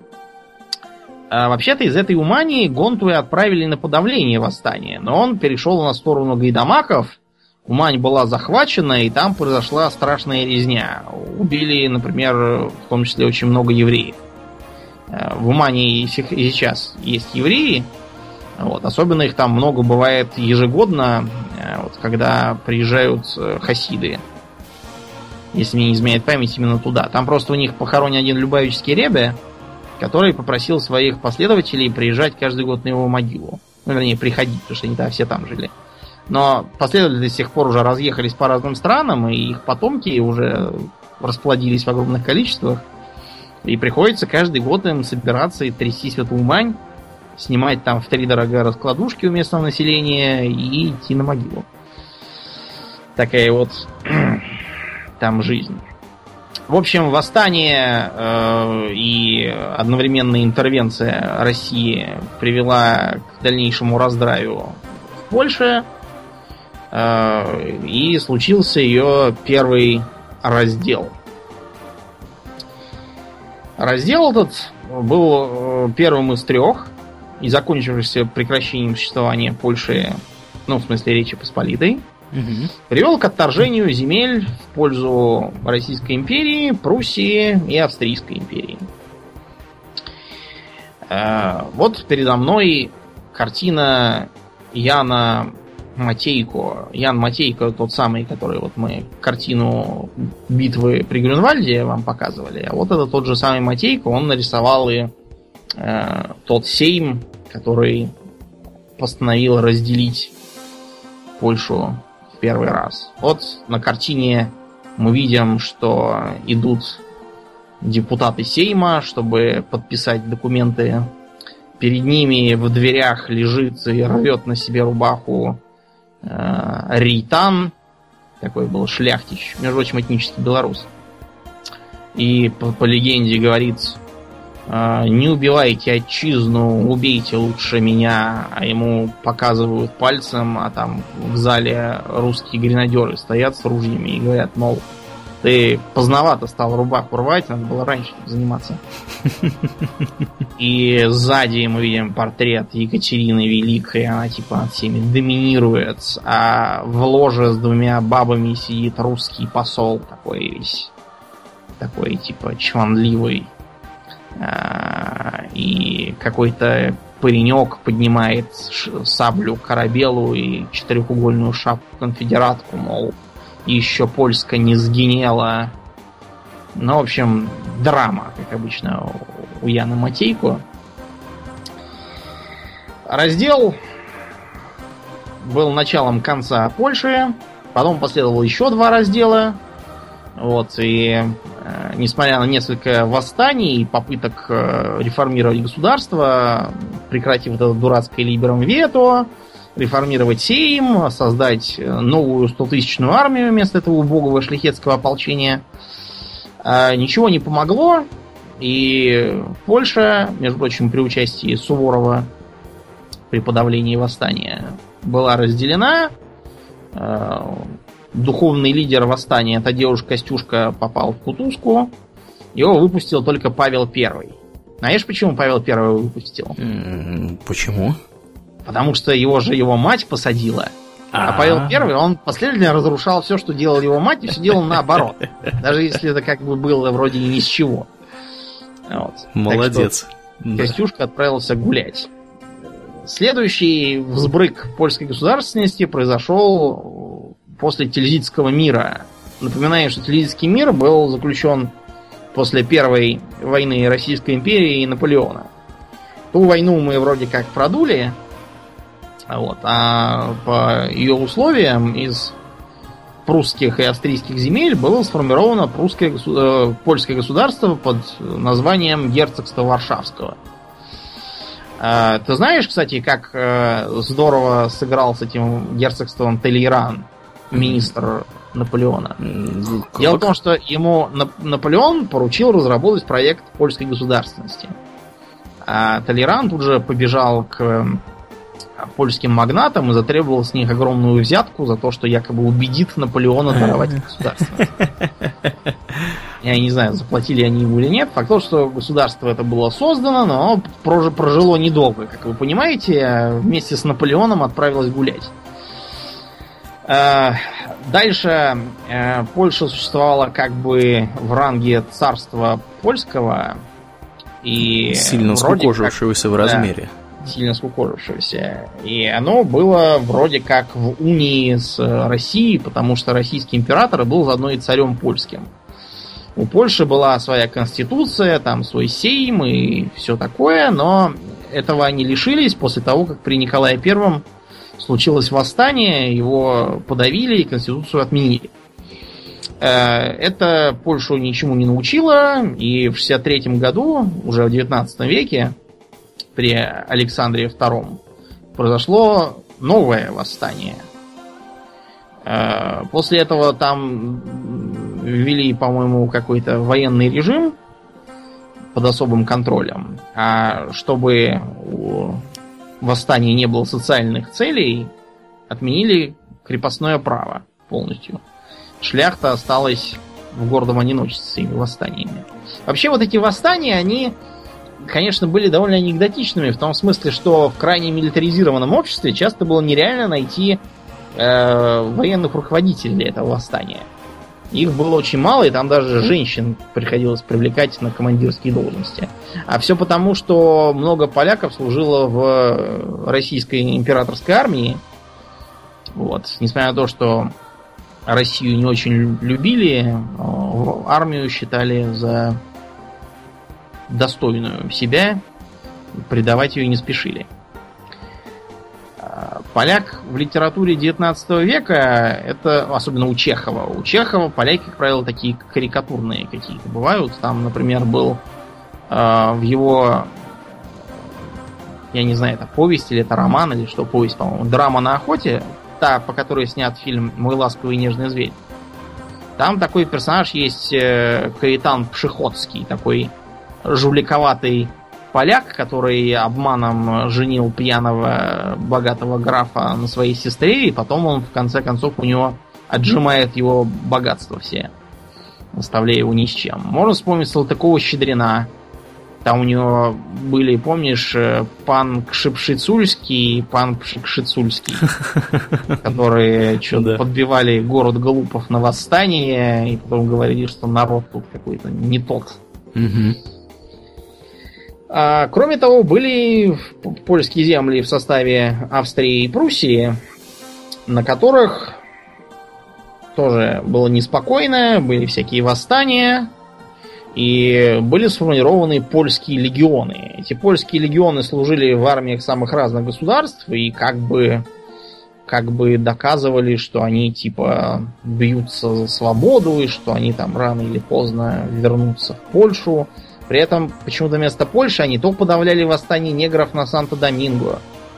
А, вообще-то из этой Умани Гонту и отправили на подавление восстания, но он перешел на сторону гайдамаков. Умань была захвачена, и там произошла страшная резня. Убили, например, в том числе очень много евреев. В Умани и сейчас есть евреи. Вот, особенно их там много бывает ежегодно, вот, когда приезжают хасиды. Если мне не изменяет память, именно туда. Там просто у них похоронен один Любавический Ребе, который попросил своих последователей приезжать каждый год на его могилу. Ну, вернее, приходить, потому что они там все там жили. Но последователи до сих пор уже разъехались по разным странам, и их потомки уже расплодились в огромных количествах. И приходится каждый год им собираться и трясти Святую Мань, снимать там втридорога раскладушки у местного населения и идти на могилу. Такая вот там жизнь. В общем, восстание э, и одновременная интервенция России привела к дальнейшему раздравию в Польше. Э, и случился ее первый раздел. Раздел этот был первым из трех, и закончившийся прекращением существования Польши, ну, в смысле Речи Посполитой, угу. привел к отторжению земель в пользу Российской империи, Пруссии и Австрийской империи. Вот передо мной картина Яна Матейко. Ян Матейко тот самый, который вот мы картину битвы при Грюнвальде вам показывали. А вот это тот же самый Матейко, он нарисовал и э, тот сейм, который постановил разделить Польшу в первый раз. Вот на картине мы видим, что идут депутаты сейма, чтобы подписать документы. Перед ними в дверях лежит и рвет на себе рубаху Рейтан, такой был шляхтич, между прочим, этнический белорус. И по, по легенде говорит: не убивайте отчизну, убейте лучше меня. А ему показывают пальцем, а там в зале русские гренадеры стоят с ружьями и говорят, мол, ты поздновато стал рубаху рвать, надо было раньше заниматься. И сзади мы видим портрет Екатерины Великой, она типа над всеми доминирует, а в ложе с двумя бабами сидит русский посол, такой весь, такой типа чванливый. И какой-то паренек поднимает саблю корабелу и четырехугольную шапку конфедератку, мол, еще Польска не сгинела. Ну, в общем, драма, как обычно у Яна Матейко. Раздел был началом конца Польши, потом последовало еще два раздела. Вот, и э, несмотря на несколько восстаний и попыток э, реформировать государство, прекратив это дурацкое либерум вето, реформировать Сейм, создать новую стотысячную армию вместо этого убогого шляхетского ополчения, э, ничего не помогло, и Польша, между прочим, при участии Суворова при подавлении восстания, была разделена. Э, Духовный лидер восстания, эта девушка-костюшка, попал в кутузку. Его выпустил только Павел Первый. Знаешь, почему Павел Первый выпустил? Почему? Потому что его же его мать посадила. А, а Павел Первый, он последовательно разрушал все, что делала его мать, и все делал наоборот. Даже если это как бы было вроде ни с чего. Вот. Молодец. Костюшка отправился гулять. Следующий взбрык польской государственности произошел после Тильзитского мира. Напоминаю, что Тильзитский мир был заключен после Первой войны Российской империи и Наполеона. Ту войну мы вроде как продули, вот, а по ее условиям из прусских и австрийских земель было сформировано прусское, э, польское государство под названием Герцогство Варшавского. Э, ты знаешь, кстати, как э, здорово сыграл с этим герцогством Толейран, министр Наполеона? Как? Дело в том, что ему Наполеон поручил разработать проект польской государственности. А Толейран тут же побежал к польским магнатам и затребовал с них огромную взятку за то, что якобы убедит Наполеона даровать государственность. Я не знаю, заплатили они ему или нет. Факт в том, что государство это было создано, но оно прожило недолго. Как вы понимаете, вместе с Наполеоном отправилось гулять. Дальше Польша существовала как бы в ранге царства польского и сильно скукожившегося в размере. сильно скукожившегося. И оно было вроде как в унии с Россией, потому что российский император был заодно и царем польским. У Польши была своя конституция, там свой сейм и все такое, но этого они лишились после того, как при Николае Первом случилось восстание, его подавили и конституцию отменили. Это Польшу ничему не научило, и в шестьдесят третьем году, уже в девятнадцатом веке, при Александре Втором, произошло новое восстание. После этого там ввели, по-моему, какой-то военный режим под особым контролем. А чтобы у восстания не было социальных целей, отменили крепостное право полностью. Шляхта осталась в гордом одиночестве с этими восстаниями. Вообще вот эти восстания, они, конечно, были довольно анекдотичными, в том смысле, что в крайне милитаризированном обществе часто было нереально найти э, военных руководителей для этого восстания. Их было очень мало, и там даже женщин приходилось привлекать на командирские должности. А все потому, что много поляков служило в российской императорской армии. Вот. Несмотря на то, что Россию не очень любили, армию считали за достойную себя, предавать ее не спешили. Поляк в литературе девятнадцатого века, это особенно у Чехова. У Чехова поляки, как правило, такие карикатурные какие-то бывают. Там, например, был э, в его, я не знаю, это повесть или это роман, или что, повесть, по-моему, «Драма на охоте», та, по которой снят фильм «Мой ласковый и нежный зверь». Там такой персонаж есть, э, Каэтан Пшеходский, такой жуликоватый поляк, который обманом женил пьяного богатого графа на своей сестре, и потом он, в конце концов, у него отжимает его богатство все, оставляя его ни с чем. Можно вспомнить Салтыкова-Щедрина. Там у него были, помнишь, пан Кшипшицульский и пан Пшикшицульский, которые что-то подбивали город Глупов на восстание, и потом говорили, что народ тут какой-то не тот. А, кроме того, были польские земли в составе Австрии и Пруссии, на которых тоже было неспокойно, были всякие восстания, и были сформированы польские легионы. Эти польские легионы служили в армиях самых разных государств и как бы, как бы доказывали, что они типа бьются за свободу, и что они там рано или поздно вернутся в Польшу. При этом почему-то вместо Польши они то подавляли восстание негров на Санто-Доминго,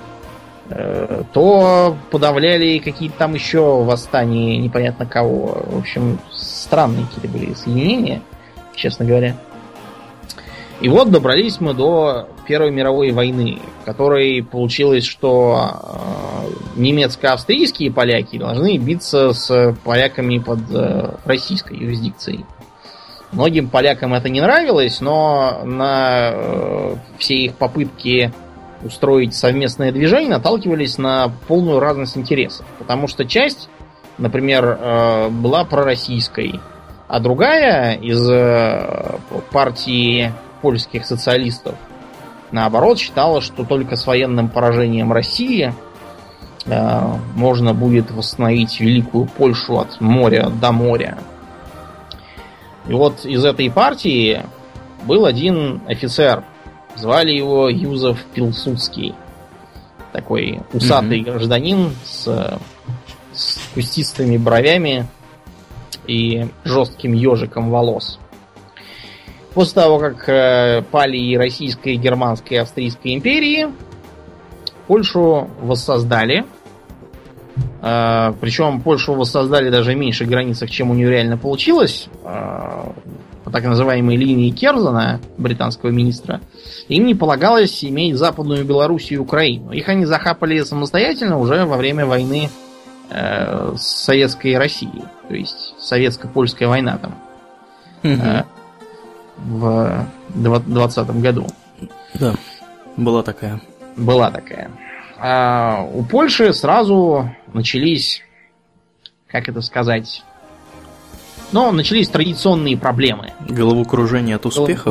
то подавляли какие-то там еще восстания непонятно кого. В общем, странные какие-то были соединения, честно говоря. И вот добрались мы до Первой мировой войны, в которой получилось, что немецко-австрийские поляки должны биться с поляками под российской юрисдикцией. Многим полякам это не нравилось, но на э, все их попытки устроить совместное движение наталкивались на полную разность интересов. Потому что часть, например, э, была пророссийской, а другая из э, партии польских социалистов, наоборот, считала, что только с военным поражением России э, можно будет восстановить великую Польшу от моря до моря. И вот из этой партии был один офицер. Звали его Юзеф Пилсудский. Такой усатый mm-hmm. гражданин с, с кустистыми бровями и жестким ежиком волос. После того, как э, пали и Российская, и Германская, и Австрийская империи, Польшу воссоздали. Uh, причем Польшу воссоздали даже в меньших границах, чем у нее реально получилось. Uh, по так называемой линии Керзена, британского министра, им не полагалось иметь Западную Белоруссию и Украину. Их они захапали самостоятельно уже во время войны uh, с Советской Россией. То есть советско-польская война там. Uh, в двадцатом году. Да, была такая. Была такая. А у Польши сразу начались, как это сказать, ну, начались традиционные проблемы. Головокружение от успехов?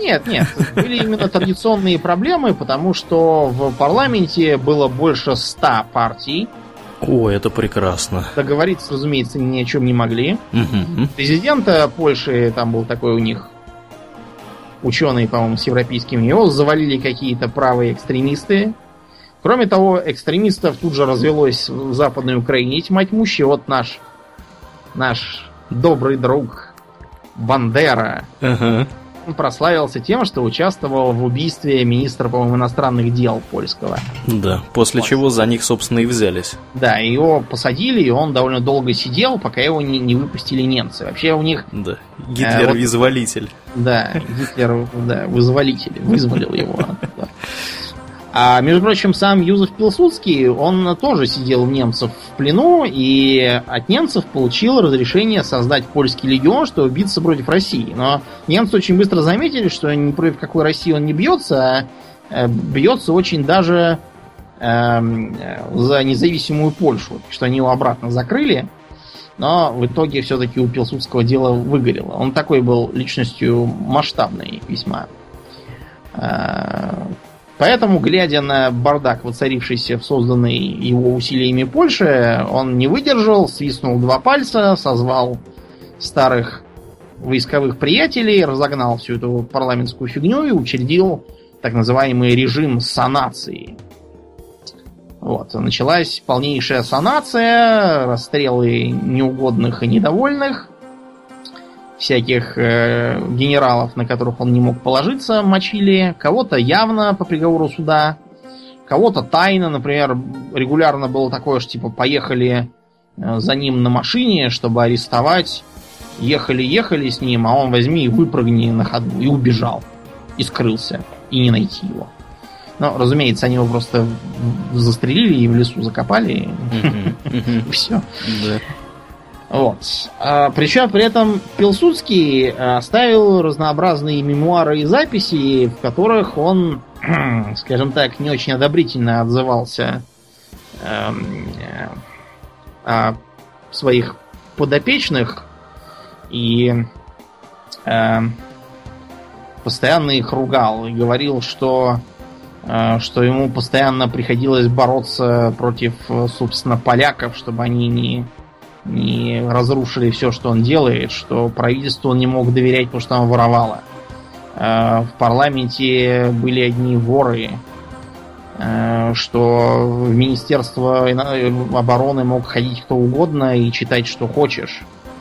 Нет, нет, были именно традиционные проблемы, потому что в парламенте было больше ста партий. О, это прекрасно. Договориться, разумеется, ни о чем не могли. Угу. Президента Польши, там был такой у них ученый, по-моему, с европейским, его завалили какие-то правые экстремисты. Кроме того, экстремистов тут же развелось в Западной Украине тьма тьмущая. Вот наш, наш добрый друг Бандера. Ага. Он прославился тем, что участвовал в убийстве министра, по-моему, иностранных дел польского. Да, после вот. Чего за них, собственно, и взялись. Да, его посадили, и он довольно долго сидел, пока его не, не выпустили немцы. Вообще у них... Да, Гитлер-вызволитель. Э, вот, да, Гитлер, да, вызволитель, вызволил его. А, между прочим, сам Юзеф Пилсудский, он тоже сидел у немцев в плену, и от немцев получил разрешение создать польский легион, чтобы биться против России. Но немцы очень быстро заметили, что ни против какой России он не бьется, а бьется очень даже э, за независимую Польшу, что они его обратно закрыли. Но в итоге все-таки у Пилсудского дело выгорело. Он такой был личностью масштабной весьма. Поэтому, глядя на бардак, воцарившийся в созданной его усилиями Польше, он не выдержал, свистнул два пальца, созвал старых войсковых приятелей, разогнал всю эту парламентскую фигню и учредил так называемый режим санации. Вот. Началась полнейшая санация, расстрелы неугодных и недовольных, всяких э, генералов, на которых он не мог положиться, мочили. Кого-то явно по приговору суда, кого-то тайно. Например, регулярно было такое, что типа поехали э, за ним на машине, чтобы арестовать. Ехали-ехали с ним, а он возьми и выпрыгни на ходу. И убежал. И скрылся. И не найти его. Но, разумеется, они его просто застрелили и в лесу закопали. И все. Вот. А, причем при этом Пилсудский оставил разнообразные мемуары и записи, в которых он, скажем так, не очень одобрительно отзывался э, э, о своих подопечных и э, постоянно их ругал и говорил, что, э, что ему постоянно приходилось бороться против, собственно, поляков, чтобы они не не разрушили все, что он делает, что правительству он не мог доверять, потому что оно воровало. В парламенте были одни воры, что в Министерство обороны мог ходить кто угодно и читать, что хочешь,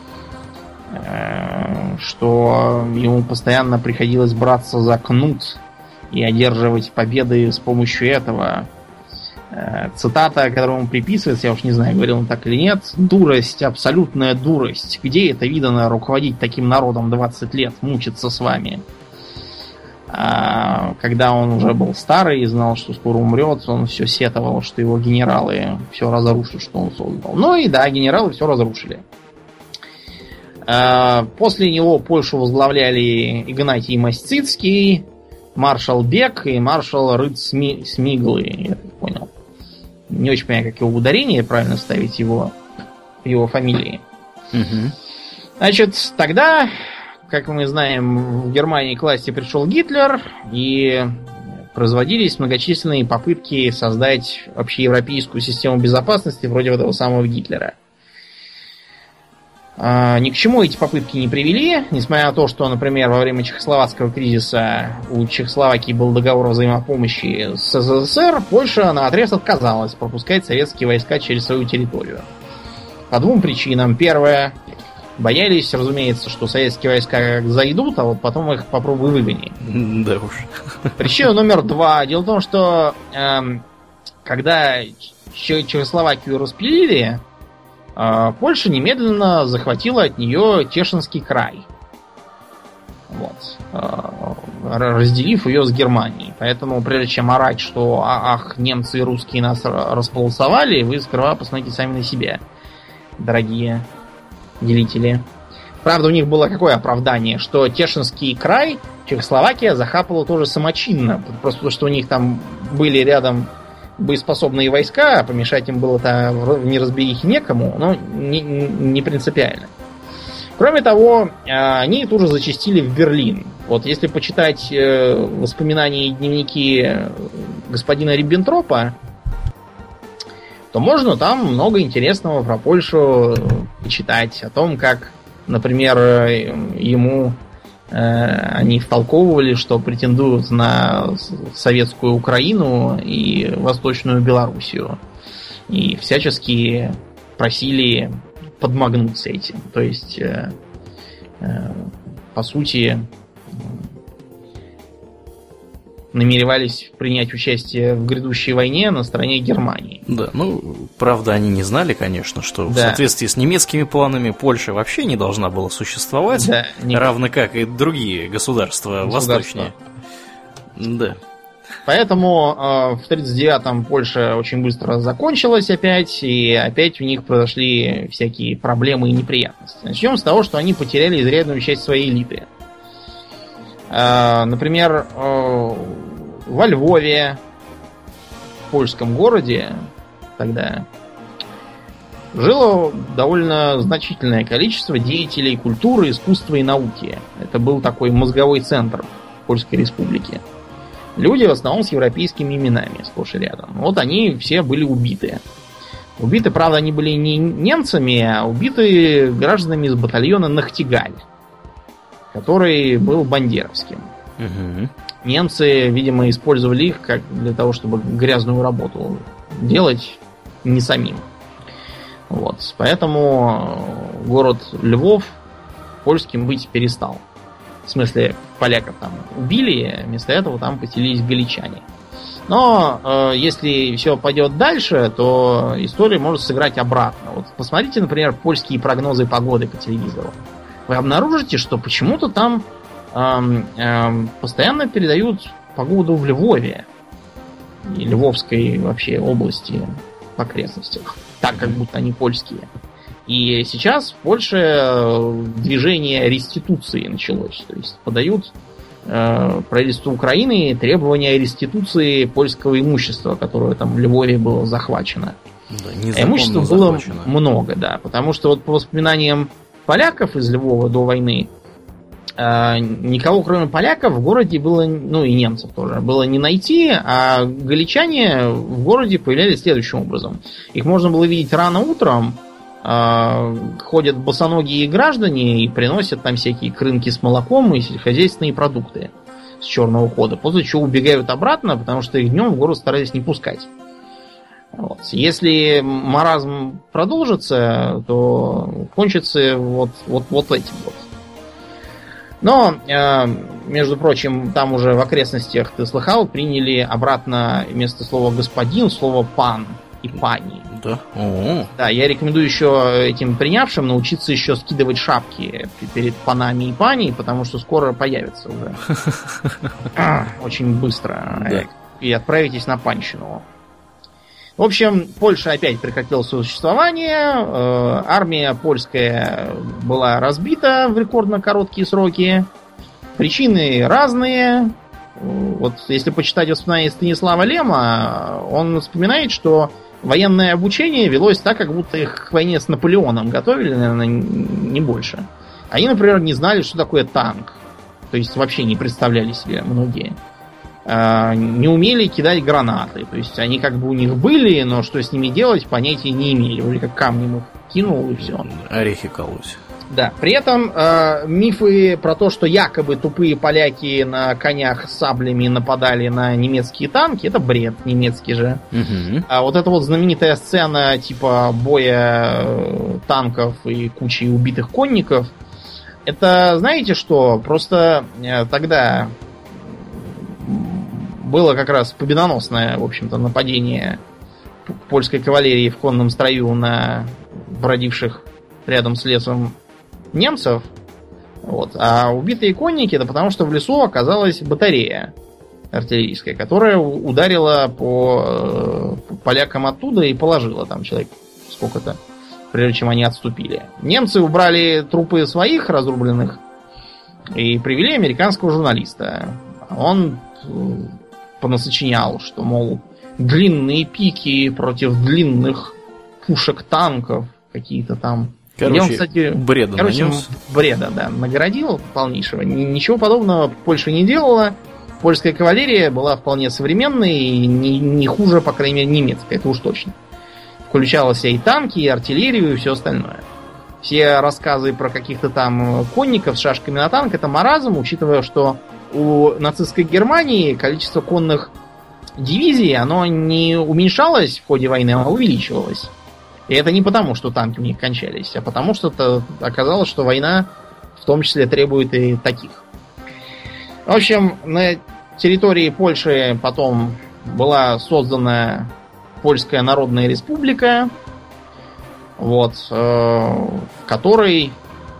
что ему постоянно приходилось браться за кнут и одерживать победы с помощью этого. Цитата, которую ему приписывается, я уж не знаю, говорил он так или нет. «Дурость, абсолютная дурость. Где это видано руководить таким народом двадцать лет, мучиться с вами?» А когда он уже был старый и знал, что скоро умрет, он все сетовал, что его генералы все разрушат, что он создал. Ну и да, генералы все разрушили. А после него Польшу возглавляли Игнатий Мосцицкий, маршал Бек и маршал Рыд Смиглы, я так понял. Не очень понимаю, как его ударение правильно ставить его, его фамилии. Угу. Значит, тогда, как мы знаем, в Германии к власти пришел Гитлер, и производились многочисленные попытки создать общеевропейскую систему безопасности вроде этого самого Гитлера. Ни к чему эти попытки не привели, несмотря на то, что, например, во время Чехословацкого кризиса у Чехословакии был договор взаимопомощи с СССР, Польша наотрез отказалась пропускать советские войска через свою территорию. По двум причинам. Первое, боялись, разумеется, что советские войска зайдут, а вот потом их попробуй выгони. Да уж. Причина номер два. Дело в том, что э, когда Чехословакию распилили, Польша немедленно захватила от нее Тешинский край. Вот. Разделив ее с Германией. Поэтому, прежде чем орать, что ах, немцы и русские нас располосовали, вы сперва посмотрите сами на себя, дорогие делители. Правда, у них было какое оправдание, что Тешинский край Чехословакия захапала тоже самочинно. Просто потому, что у них там были рядом боеспособные войска, а помешать им было-то в неразберихе некому, но не, не принципиально. Кроме того, они тут же зачастили в Берлин. Вот если почитать воспоминания и дневники господина Риббентропа, то можно там много интересного про Польшу почитать. О том, как, например, ему э, они втолковывали, что претендуют на советскую Украину и Восточную Белоруссию. И всячески просили подмагнуться этим. То есть, э, э, по сути, намеревались принять участие в грядущей войне на стороне Германии. Да, ну, правда, они не знали, конечно, что да. в соответствии с немецкими планами Польша вообще не должна была существовать, да, равно как и другие государства, государства. Восточнее. Да. Поэтому э, в тридцать девятом Польша очень быстро закончилась опять, и опять у них произошли всякие проблемы и неприятности. Начнем с того, что они потеряли изрядную часть своей элиты. Например, во Львове, в польском городе, тогда жило довольно значительное количество деятелей культуры, искусства и науки. Это был такой мозговой центр Польской Республики. Люди в основном с европейскими именами, сплошь и рядом. Вот они все были убиты. Убиты, правда, они были не немцами, а убиты гражданами из батальона «Нахтигаль», который был бандеровским. Угу. Немцы, видимо, использовали их как для того, чтобы грязную работу делать не самим. Вот. Поэтому город Львов польским быть перестал. В смысле, поляков там убили, вместо этого там поселились галичане. Но э, если все пойдет дальше, то история может сыграть обратно. Вот посмотрите, например, польские прогнозы погоды по телевизору. Вы обнаружите, что почему-то там эм, эм, постоянно передают погоду в Львове и Львовской вообще области в окрестностях, так как будто они польские. И сейчас в Польше движение реституции началось, то есть подают э, правительству Украины требования реституции польского имущества, которое там в Львове было захвачено. Да, имущества было захвачено. Много, да, потому что вот по воспоминаниям поляков из Львова до войны, э, никого кроме поляков в городе было, ну и немцев тоже, было не найти, а галичане в городе появлялись следующим образом. Их можно было видеть рано утром, э, ходят босоногие граждане и приносят там всякие крынки с молоком и сельскохозяйственные продукты с черного хода, после чего убегают обратно, потому что их днем в город старались не пускать. Вот. Если маразм продолжится, то кончится вот, вот, вот этим вот. Но, э, между прочим, там уже в окрестностях, ты слыхал, приняли обратно вместо слова господин слово пан и пани. Да. О-о-о. Да, я рекомендую еще этим принявшим научиться еще скидывать шапки перед панами и пани, потому что скоро появятся уже. Очень быстро. И отправитесь на панщину. В общем, Польша опять прекратила свое существование, э, армия польская была разбита в рекордно короткие сроки, причины разные. Вот если почитать воспоминания Станислава Лема, он вспоминает, что военное обучение велось так, как будто их к войне с Наполеоном готовили, наверное, не больше. Они, например, не знали, что такое танк, то есть вообще не представляли себе многие. Не умели кидать гранаты. То есть они как бы у них были, но что с ними делать, понятия не имели. Вроде как камнем их кинул и все. Орехи колоть. Да, при этом э, мифы про то, что якобы тупые поляки на конях с саблями нападали на немецкие танки, это бред немецкий же. Угу. А вот эта вот знаменитая сцена типа боя танков и кучи убитых конников, это знаете что? Просто э, тогда было как раз победоносное, в общем-то, нападение польской кавалерии в конном строю на бродивших рядом с лесом немцев. Вот. А убитые конники, это потому что в лесу оказалась батарея артиллерийская, которая ударила по полякам оттуда и положила там человек сколько-то, прежде чем они отступили. Немцы убрали трупы своих разрубленных и привели американского журналиста. Он понасочинял, что, мол, длинные пики против длинных пушек танков, какие-то там Короче, он, кстати, бреда короче, нанес. бреда, да, наградил полнейшего. Ничего подобного Польша не делала. Польская кавалерия была вполне современной и не, не хуже, по крайней мере, немецкой, это уж точно. Включала в себя и танки, и артиллерию, и все остальное. Все рассказы про каких-то там конников с шашками на танк — это маразм, учитывая, что у нацистской Германии количество конных дивизий, оно не уменьшалось в ходе войны, а увеличивалось. И это не потому, что танки у них кончались, а потому что -то оказалось, что война в том числе требует и таких. В общем, на территории Польши потом была создана Польская Народная Республика, вот, э, в которой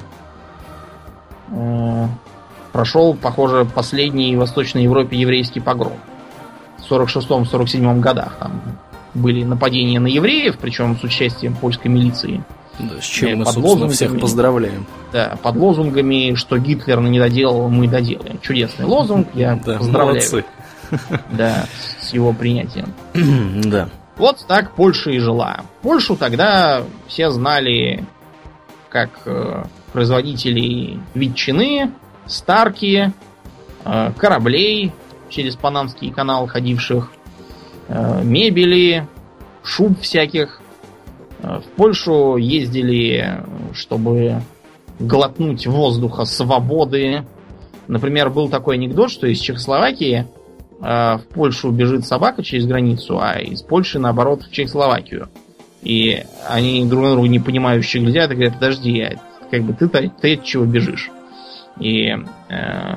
э, прошел, похоже, последний в Восточной Европе еврейский погром. В сорок шестом — сорок седьмом годах там были нападения на евреев, причем с участием польской милиции. Да, с чем мы, собственно, всех поздравляем. Да, под лозунгами, что Гитлер не доделал, мы доделаем. Чудесный лозунг, я да, поздравляю. Молодцы. Да, с его принятием. Да. Вот так Польша и жила. Польшу тогда все знали как э, производителей ветчины, старки, э, кораблей через Панамский канал ходивших, э, мебели, шуб всяких. В Польшу ездили, чтобы глотнуть воздуха свободы. Например, был такой анекдот, что из Чехословакии э, в Польшу бежит собака через границу, а из Польши, наоборот, в Чехословакию. И они друг на друга непонимающе глядят и говорят: подожди, а как бы ты-то ты от чего бежишь? И э,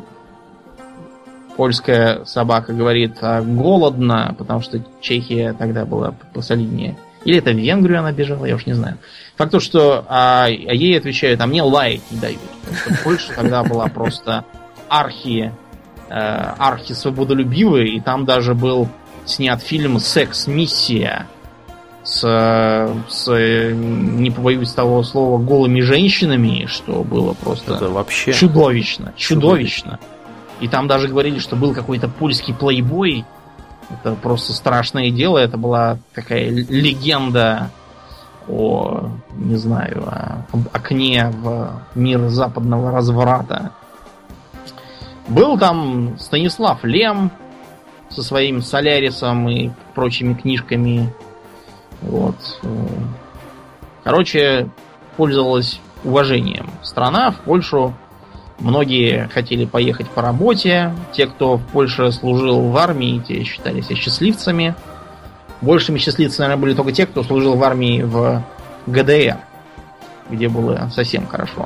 польская собака говорит: а голодно, потому что Чехия тогда была посолиднее. Или это в Венгрию она бежала, я уж не знаю. Факт то, что а, а ей отвечают: а мне лаять не дают. Потому что Польша тогда была просто архи, э, архи свободолюбивой, и там даже был снят фильм «Секс-миссия» с, с, не побоюсь того слова, голыми женщинами, что было просто это вообще чудовищно, чудовищно. И там даже говорили, что был какой-то польский плейбой. Это просто страшное дело. Это была такая легенда о, не знаю, о окне в мир западного разврата. Был там Станислав Лем со своим Солярисом и прочими книжками. Вот. Короче, пользовалась уважением страна. В Польшу многие хотели поехать по работе. Те, кто в Польше служил в армии, те считали себя счастливцами. Большими счастливцами, наверное, были только те, кто служил в армии в ГДР, где было совсем хорошо.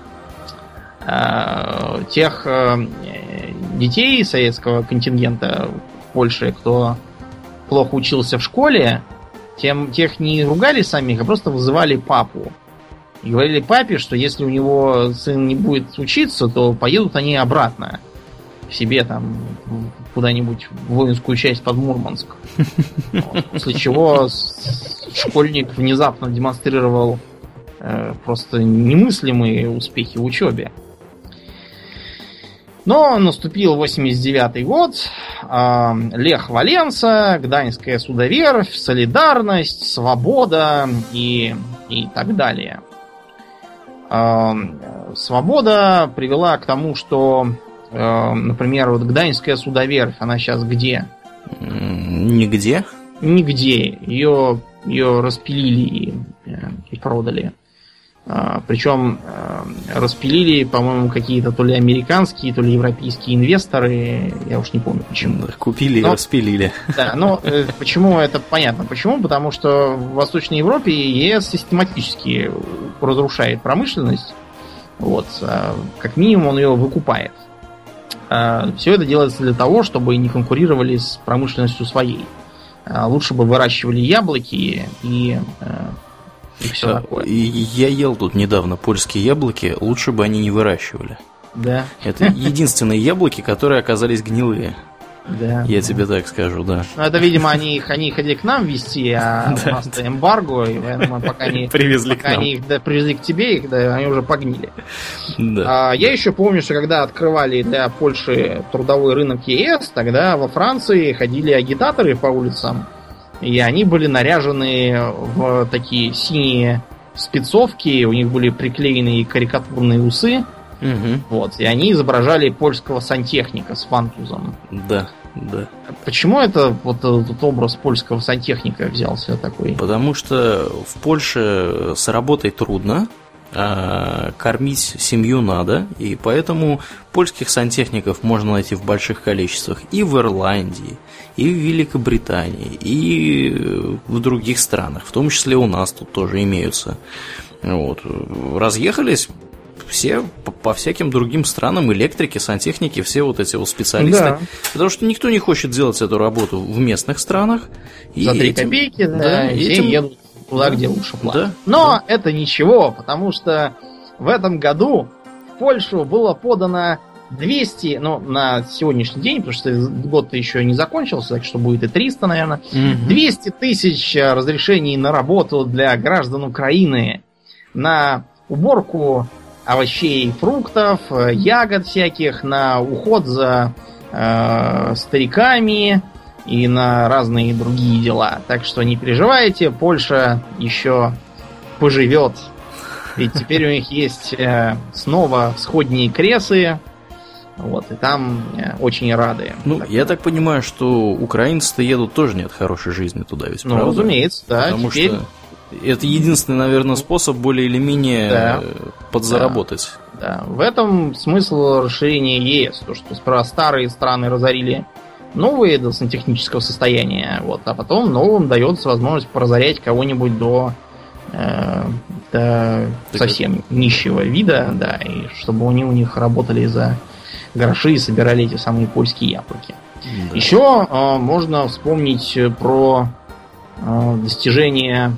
Тех детей советского контингента в Польше, кто плохо учился в школе, тем, тех не ругали самих, а просто вызывали папу. И говорили папе, что если у него сын не будет учиться, то поедут они обратно к себе там куда-нибудь в воинскую часть под Мурманск. Вот. После чего школьник внезапно демонстрировал э, просто немыслимые успехи в учебе. Но наступил восемьдесят девятый год, э, Лех Валенса, Гданьская судоверфь, Солидарность, Свобода и, и так далее. Э, свобода привела к тому, что, э, например, вот Гданьская судоверфь, она сейчас где? Нигде? Нигде. Ее, ее распилили и, и продали. Причем распилили, по-моему, какие-то то ли американские, то ли европейские инвесторы. Я уж не помню почему. Купили но, и распилили. Да, но почему это понятно? Почему? Потому что в Восточной Европе ЕС систематически разрушает промышленность. Вот. Как минимум он ее выкупает. Все это делается для того, чтобы не конкурировали с промышленностью своей. Лучше бы выращивали яблоки и... И все такое. Я ел тут недавно польские яблоки, лучше бы они не выращивали. Да. Это единственные яблоки, которые оказались гнилые. Да. Я тебе так скажу, да. Ну, это, видимо, они их, они их хотели к нам везти, а у нас-то эмбарго, и поэтому пока они, привезли пока они их да, привезли к тебе, их, да, они уже погнили. Да. А, я еще помню, что когда открывали для Польши трудовой рынок ЕС, тогда во Франции ходили агитаторы по улицам. И они были наряжены в такие синие спецовки, у них были приклеенные карикатурные усы. Угу. Вот, и они изображали польского сантехника с фантузом. Да, да. Почему это вот этот образ польского сантехника взялся такой? Потому что в Польше с работой трудно, а кормить семью надо, и поэтому польских сантехников можно найти в больших количествах и в Ирландии, и в Великобритании, и в других странах, в том числе у нас тут тоже имеются. Вот. Разъехались все по, по всяким другим странам, электрики, сантехники, все вот эти вот специалисты. Да. Потому что никто не хочет делать эту работу в местных странах. За три копейки, да, да, и все этим... едут туда, где лучше платят. Да, Но да. это ничего, потому что в этом году в Польшу было подано двести, ну, на сегодняшний день, потому что год еще не закончился, так что будет и триста, наверное, угу. двести тысяч разрешений на работу для граждан Украины на уборку овощей, фруктов, ягод всяких, на уход за э, стариками и на разные другие дела. Так что не переживайте, Польша еще поживет. Ведь теперь у них есть э, снова всходние кресы. Вот, и там э, очень рады. Ну, так, я так понимаю, что украинцы-то едут тоже не от хорошей жизни туда, ведь, ну, правда? разумеется, да. Потому теперь... что это единственный, наверное, способ более или менее да. подзаработать. Да. да. В этом смысл расширения ЕС. То, что сперва старые страны разорили новые до сантехнического состояния, вот, а потом новым дается возможность поразорять кого-нибудь до, э, до совсем нищего вида, да, и чтобы они у них работали за гроши и собирали эти самые польские яблоки. Да. Еще э, можно вспомнить про э, достижения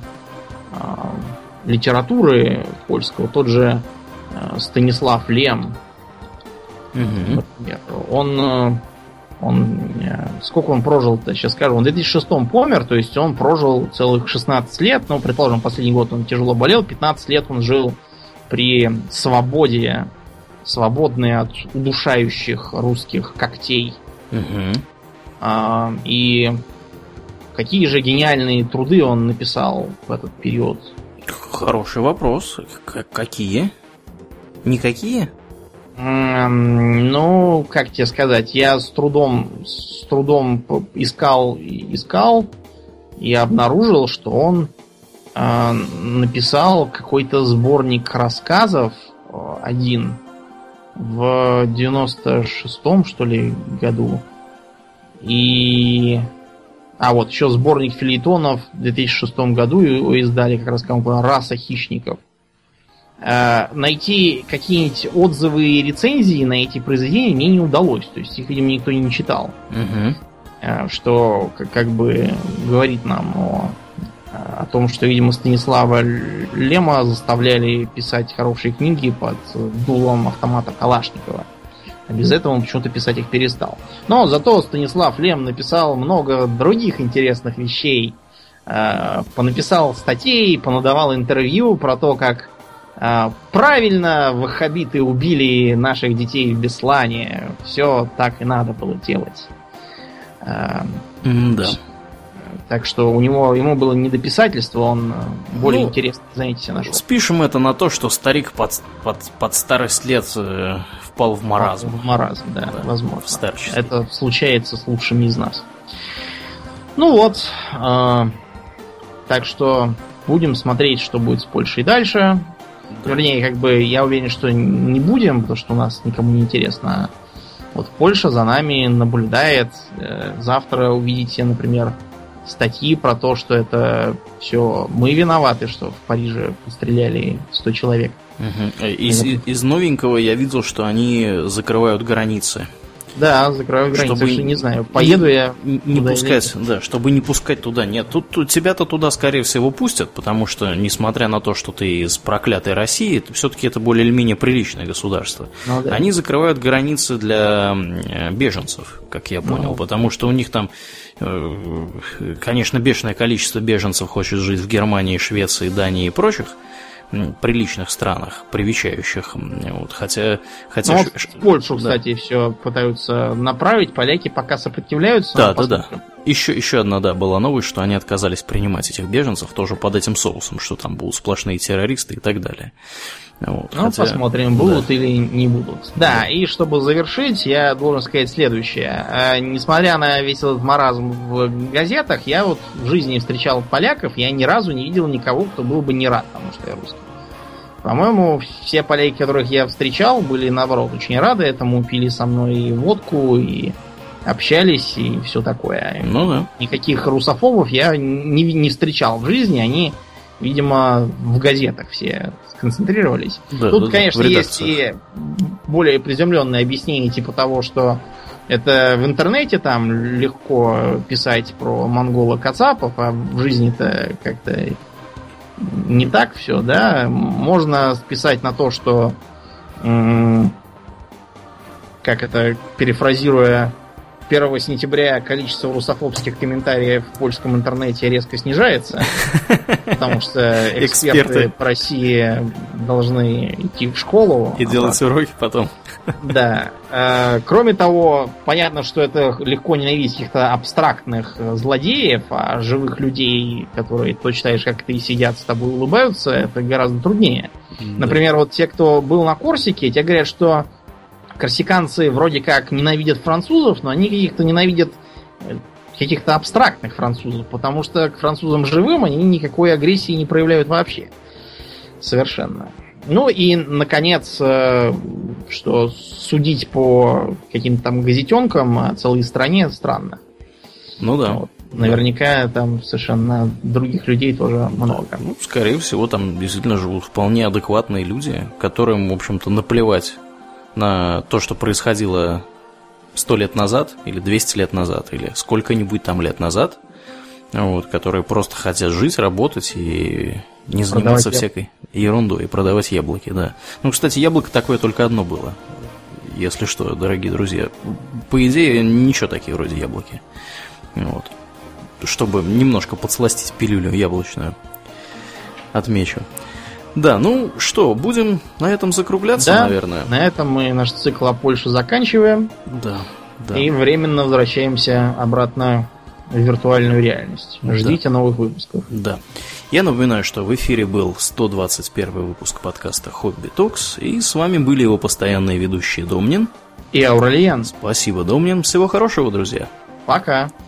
литературы польского, тот же Станислав Лем, угу. например, он, он сколько он прожил-то, сейчас скажу, он в две тысячи шестом помер, то есть он прожил целых шестнадцать лет, ну, предположим, последний год он тяжело болел, пятнадцать лет он жил при свободе, свободный от удушающих русских когтей. Угу. А, и какие же гениальные труды он написал в этот период? Хороший вопрос. К- какие? Никакие? М-м, ну, как тебе сказать, я с трудом, с трудом искал, искал и обнаружил, что он э, написал какой-то сборник рассказов один в девяносто шестом, что ли, году. И... А вот еще сборник фельетонов в две тысячи шестом году его издали, как раз кому-то «Раса хищников». Э, найти какие-нибудь отзывы и рецензии на эти произведения мне не удалось. То есть их, видимо, никто не читал. Угу. Э, что как, как бы говорит нам о, о том, что, видимо, Станислава Лема заставляли писать хорошие книги под дулом автомата Калашникова. А без этого он почему-то писать их перестал. Но зато Станислав Лем написал много других интересных вещей. Э, понаписал статей, понадавал интервью про то, как э, правильно ваххабиты убили наших детей в Беслане. Все так и надо было делать. Э, да. Так что у него, ему было не до писательства, он более ну, интересно, знаете, нашел. Спишем это на то, что старик под, под, под старость лет э, впал в маразм. В маразм, да, да, возможно. В старчестве. Это случается с лучшими из нас. Ну вот. Э, так что будем смотреть, что будет с Польшей дальше. Да. Вернее, как бы я уверен, что не будем, потому что у нас никому не интересно. Вот Польша за нами наблюдает. Э, завтра увидите, например, статьи про то, что это все мы виноваты, что в Париже постреляли сто человек. Угу. Из, из новенького я видел, что они закрывают границы. Да, закрывают границы, чтобы не знаю, поеду не, я не пускать, да, чтобы не пускать туда. Нет, тут, тут тебя-то туда, скорее всего, пустят, потому что, несмотря на то, что ты из проклятой России, все-таки это более или менее приличное государство. Ну, да. Они закрывают границы для беженцев, как я понял, ну, потому что у них там, конечно, бешеное количество беженцев хочет жить в Германии, Швеции, Дании и прочих приличных странах, привечающих. Вот, хотя, хотя ну, ш... в Польшу, да. кстати, все пытаются направить. Поляки пока сопротивляются. Да, да, да. еще, еще одна, да, была новость, что они отказались принимать этих беженцев тоже под этим соусом, что там будут сплошные террористы и так далее. Вот, ну, хотя... посмотрим, будут да. или не будут. Да, да, и чтобы завершить, я должен сказать следующее. А, несмотря на весь этот маразм в газетах, я вот в жизни встречал поляков, я ни разу не видел никого, кто был бы не рад тому, что я русский. По-моему, все поляки, которых я встречал, были, наоборот, очень рады этому, пили со мной водку и общались, и все такое. Ну да. Никаких русофобов я не, не встречал в жизни, они, видимо, в газетах все сконцентрировались. Да, Тут, да, конечно, да, есть и более приземленное объяснение, типа того, что это в интернете там легко писать про монгола-кацапов, а в жизни-то как-то не так все, да. Можно списать на то, что м- как это, перефразируя, первого сентября количество русофобских комментариев в польском интернете резко снижается, потому что эксперты по России должны идти в школу. И делать уроки потом. Да. Кроме того, понятно, что это легко ненавидеть каких-то абстрактных злодеев, а живых людей, которые точно так же, как ты, сидят с тобой, улыбаются, это гораздо труднее. Да. Например, вот те, кто был на Корсике, те говорят, что корсиканцы вроде как ненавидят французов, но они каких-то ненавидят каких-то абстрактных французов, потому что к французам живым они никакой агрессии не проявляют вообще. Совершенно. Ну и, наконец, что судить по каким-то там газетенкам о целой стране странно. Ну да. Вот. Наверняка там совершенно других людей тоже много. Ну, скорее всего, там действительно живут вполне адекватные люди, которым, в общем-то, наплевать на то, что происходило сто лет назад, или двести лет назад, или сколько-нибудь там лет назад, вот, которые просто хотят жить, работать и не заниматься продавать всякой ерундой, и продавать яблоки, да. Ну, кстати, яблоко такое только одно было, если что, дорогие друзья. По идее, ничего такие вроде яблоки. Вот. Чтобы немножко подсластить пилюлю яблочную. Отмечу. Да, ну что, будем на этом закругляться, да, наверное. На этом мы наш цикл о Польше заканчиваем. Да, да. И временно возвращаемся обратно в виртуальную реальность. Ждите да. новых выпусков. Да. Я напоминаю, что в эфире был сто двадцать первый выпуск подкаста Хобби Токс, и с вами были его постоянные ведущие Домнин и Аурельян. Спасибо, Домнин. Всего хорошего, друзья. Пока.